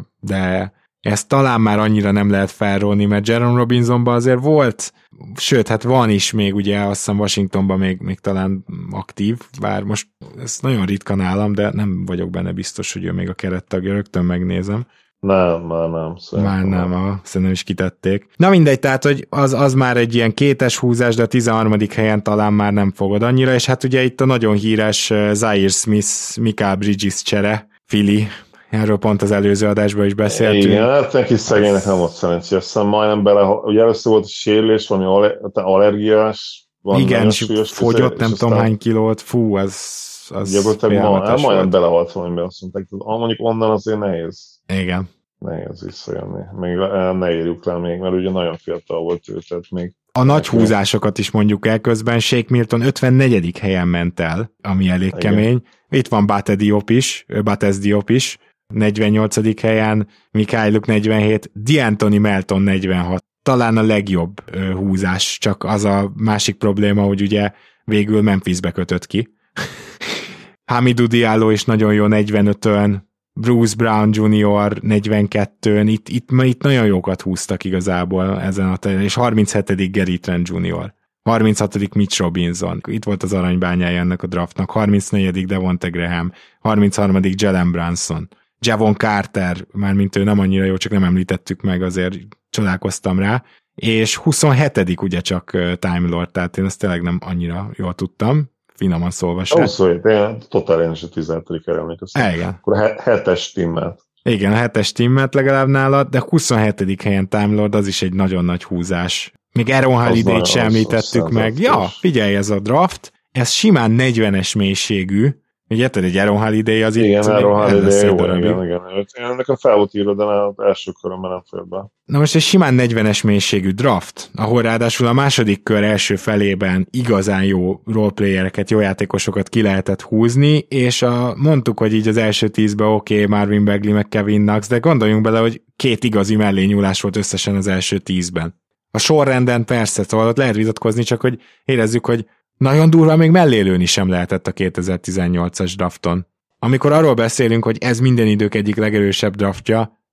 de ezt talán már annyira nem lehet felrólni, mert Jerome Robinsonban azért volt, sőt, hát van is még ugye, azt hiszem Washingtonban még talán aktív, bár most ez nagyon ritka nálam, de nem vagyok benne biztos, hogy ő még a kerettagja, rögtön megnézem. Nem, már nem. Szerintem is kitették. Na mindegy, tehát, hogy az már egy ilyen kétes húzás, de a 13. helyen talán már nem fogod annyira, és hát ugye itt a nagyon híres Zaire Smith, Mikal Bridges csere, Philly, erről pont az előző adásban is beszéltünk. Igen, hát neki szegénynek nem volt szerencsé, azt hiszem majdnem ugye először volt a sérülés, valami allergiás, igen, és fogyott nem tudom hány kilót, fú, az majdnem belehalt valamiben, azt mondták, mondjuk onnan azért nehéz. Igen. Nehéz visszajönni. Még ne érjük le még, mert ugye nagyon fiatal volt ő, tehát még... A nagy húzásokat is mondjuk el közben, Shake Milton 54. helyen ment el, ami elég igen. Kemény. Itt van Bates Diop is, 48. helyen, Mikhailuk 47, D'Anthony Melton 46. Talán a legjobb húzás, csak az a másik probléma, hogy ugye végül Memphisbe kötött ki. Hamidou Diallo is nagyon jó 45-ön, Bruce Brown Jr. 42-ön, itt nagyon jókat húztak igazából ezen a területen, és 37. Gary Trent Jr. 36. Mitch Robinson, itt volt az aranybányája ennek a draftnak, 34. Devonte Graham, 33. Jalen Brunson, Javon Carter, mármint ő nem annyira jó, csak nem említettük meg, azért csodálkoztam rá, és 27. ugye csak Time Lord, tehát én ezt tényleg nem annyira jól tudtam, finoman szólva se. 27, totál én is a 17-re emlékeztem. Igen. Akkor a 7-es timmelt. Igen, a 7-es timmelt legalább nálad, de 27. helyen Time Lord, az is egy nagyon nagy húzás. Még Aaron Holiday-t sem említettük meg. Ja, figyelj, ez a draft, ez simán 40-es mélységű. Ugye érted, egy Aaron Holiday az igen, itt... Igen, Aaron Holiday jó, igen. Nekem fel volt írva, de az első körömben nem fér be. Na most egy simán 40-es mélységű draft, ahol ráadásul a második kör első felében igazán jó roleplayereket, jó játékosokat ki lehetett húzni, és mondtuk, hogy így az első 10-ben oké, Marvin Bagley meg Kevin Knox, de gondoljunk bele, hogy 2 igazi mellényúlás volt összesen az első 10-ben. A sorrenden persze, szóval ott lehet vitatkozni, csak hogy érezzük, hogy nagyon durva még mellélőni sem lehetett a 2018-as drafton. Amikor arról beszélünk, hogy ez minden idők egyik legerősebb draftja,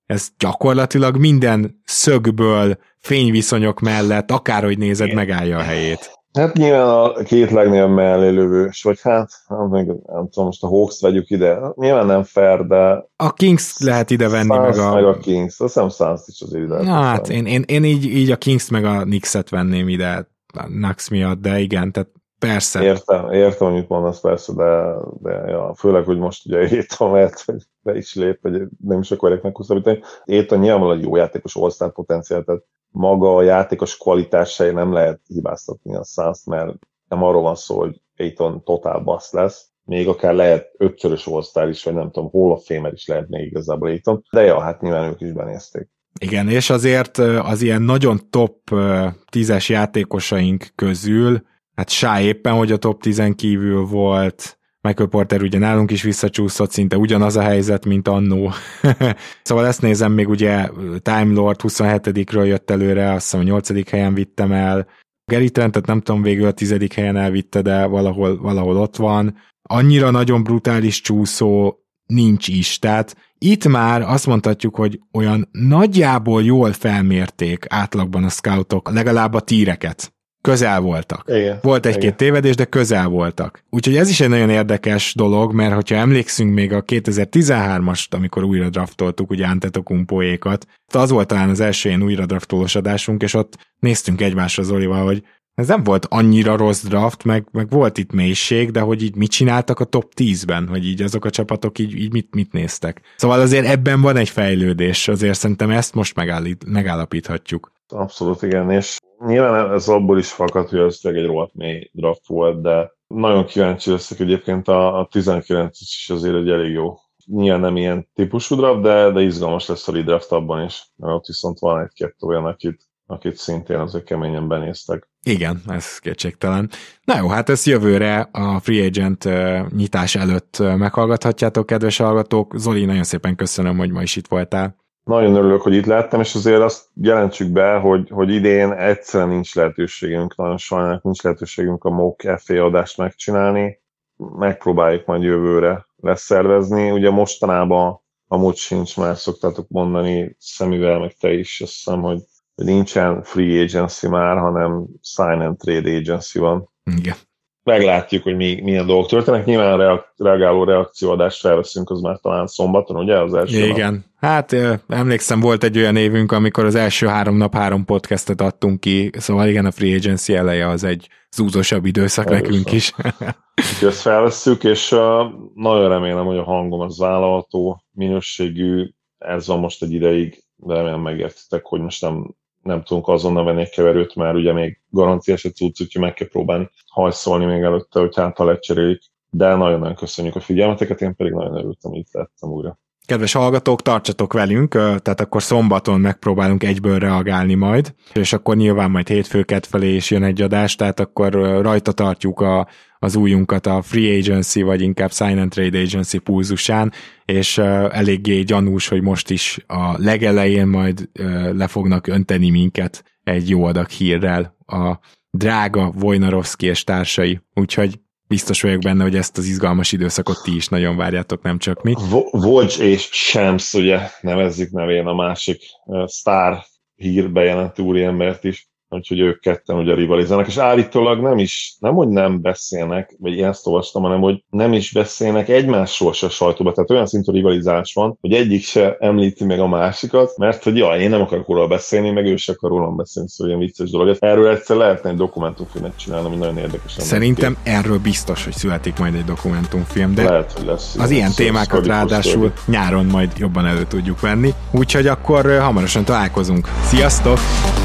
ez gyakorlatilag minden szögből, fényviszonyok mellett, akárhogy nézed, megállja a helyét. Hát nyilván a két legnagyobb mellé lövős, vagy hát nem tudom, most a Hawks vegyük ide, nyilván nem fair, de... A Kings lehet ide venni, meg a Kings, azt hiszem Suns is azért ide. Hát én így a Kings meg a Knicks-et venném ide a Nuggets miatt, de igen, tehát persze. Értem, amit mondasz, persze, de ja, főleg, hogy most ugye Aiton lehet, hogy be is lép, vagy nem is akarják meghosszabbítani. Aiton nyilvánvalóan egy jó játékos all-star potenciál, tehát maga a játékos kvalitásai nem lehet hibáztatni a Suns, mert nem arról van szó, hogy Aiton totál bassz lesz, még akár lehet 5-szörös all-star is, vagy nem tudom, Hall of Famer is lehet még igazából Aiton, de ja, hát nyilván ők is benézték. Igen, és azért az ilyen nagyon top 10-es játékosaink közül, hát Shai éppen, hogy a top 10-en kívül volt, Michael Porter ugye nálunk is visszacsúszott, szinte ugyanaz a helyzet, mint annó. Szóval ezt nézem, még ugye Time Lord 27-ről jött előre, azt hiszem a 8. helyen vittem el. Gary Trentet nem tudom, végül a 10. helyen elvitte, de valahol ott van. Annyira nagyon brutális csúszó nincs is, tehát itt már azt mondhatjuk, hogy olyan nagyjából jól felmérték átlagban a scoutok, legalább a tíreket. Közel voltak. Igen, volt egy-két tévedés, de közel voltak. Úgyhogy ez is egy nagyon érdekes dolog, mert hogyha emlékszünk még a 2013-ast, amikor újra draftoltuk ugye Antetokounmpoékat, az volt talán az első ilyen újra draftolós adásunk, és ott néztünk egymásra Zolival, hogy ez nem volt annyira rossz draft, meg volt itt mélység, de hogy így mit csináltak a top 10-ben, hogy így azok a csapatok így mit néztek. Szóval azért ebben van egy fejlődés, azért szerintem ezt most megállapíthatjuk. Abszolút igen, és nyilván ez abból is fakad, hogy ez egy rohadt mély draft volt, de nagyon kíváncsi leszek egyébként a 19 is azért egy elég jó. Nyilván nem ilyen típusú draft, de izgalmas lesz a redraft abban is, mert ott viszont van egy-kettő olyan, akit szintén azért keményen benéztek. Igen, ez kétségtelen. Na jó, hát ezt jövőre a Free Agent nyitás előtt meghallgathatjátok, kedves hallgatók. Zoli, nagyon szépen köszönöm, hogy ma is itt voltál. Nagyon örülök, hogy itt lettem, és azért azt jelentsük be, hogy idén egyszerűen nincs lehetőségünk, nagyon sajnálok, nincs lehetőségünk a Mock FA adást megcsinálni. Megpróbáljuk majd jövőre leszervezni. Ugye mostanában amúgy sincs, már szoktátok mondani, Szemivel, meg te is, azt hiszem, hogy nincsen free agency már, hanem sign and trade agency van. Igen. Meglátjuk, hogy milyen dolgok történnek. Nyilván reagáló reakcióadást felveszünk, az már talán szombaton, ugye? Az első igen. nap. Hát emlékszem, volt egy olyan évünk, amikor az első 3 nap 3 podcastet adtunk ki, szóval igen, a free agency eleje az egy zúzósabb időszak nekünk is. Úgyhogy ezt felvesszük, és nagyon remélem, hogy a hangom az vállalható, minőségű, ez van most egy ideig, de remélem megértitek, hogy most nem tudunk azonnal venni egy keverőt, mert ugye még garanciás egy cucc, úgyhogy meg kell próbálni hajszolni még előtte, hogy hát ha lecserélik. De nagyon-nagyon köszönjük a figyelmeteket, én pedig nagyon örültem, hogy itt lettem újra. Kedves hallgatók, tartsatok velünk, tehát akkor szombaton megpróbálunk egyből reagálni majd, és akkor nyilván majd hétfő-kedd felé is jön egy adás, tehát akkor rajta tartjuk az újunkat a Free Agency, vagy inkább Sign and Trade Agency pulzusán, és eléggé gyanús, hogy most is a legelején majd le fognak önteni minket egy jó adag hírrel a drága Wojnarowski és társai, úgyhogy biztos vagyok benne, hogy ezt az izgalmas időszakot ti is nagyon várjátok, nem csak mi. Woj és Shams, ugye nevezzük nevén a másik sztár hírbejelentő úriembert is, úgyhogy ők ketten ugye rivalizálnak, és állítólag nem hogy nem beszélnek, vagy én ezt olvastam, hanem hogy nem is beszélnek egymásról se a sajtóba, tehát olyan szintű rivalizálás van, hogy egyik se említi meg a másikat, mert hogy én nem akarok róla beszélni, meg ő se akar rólam beszélni, szóval ilyen vicces dolog. Erről egyszer lehetne egy dokumentumfilmet csinálni, ami nagyon érdekes. Szerintem erről biztos, hogy születik majd egy dokumentumfilm, de lehet, hogy lesz, az ilyen témákat ráadásul nyáron majd jobban elő tudjuk venni. Úgyhogy akkor hamarosan találkozunk. Sziasztok!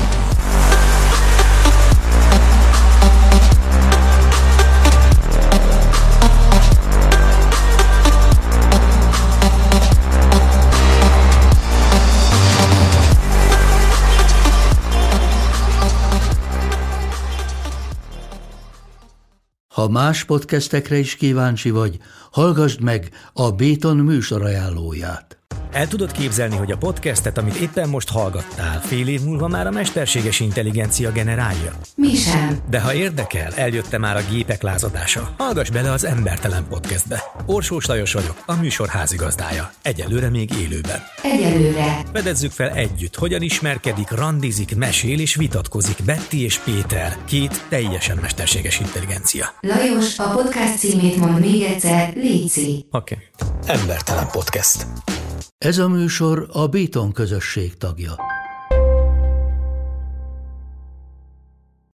Ha más podcastekre is kíváncsi vagy, hallgassd meg a Béton műsor ajánlóját. El tudod képzelni, hogy a podcastet, amit éppen most hallgattál, fél év múlva már a mesterséges intelligencia generálja? Mi sem. De ha érdekel, eljött már a gépek lázadása. Hallgass bele az Embertelen Podcastbe. Orsós Lajos vagyok, a műsor házigazdája. Egyelőre még élőben. Egyelőre. Fedezzük fel együtt, hogyan ismerkedik, randizik, mesél és vitatkozik Betty és Péter, két teljesen mesterséges intelligencia. Lajos, a podcast címét mond még egyszer, léci. Oké. Embertelen Podcast. Ez a műsor a Béton közösség tagja.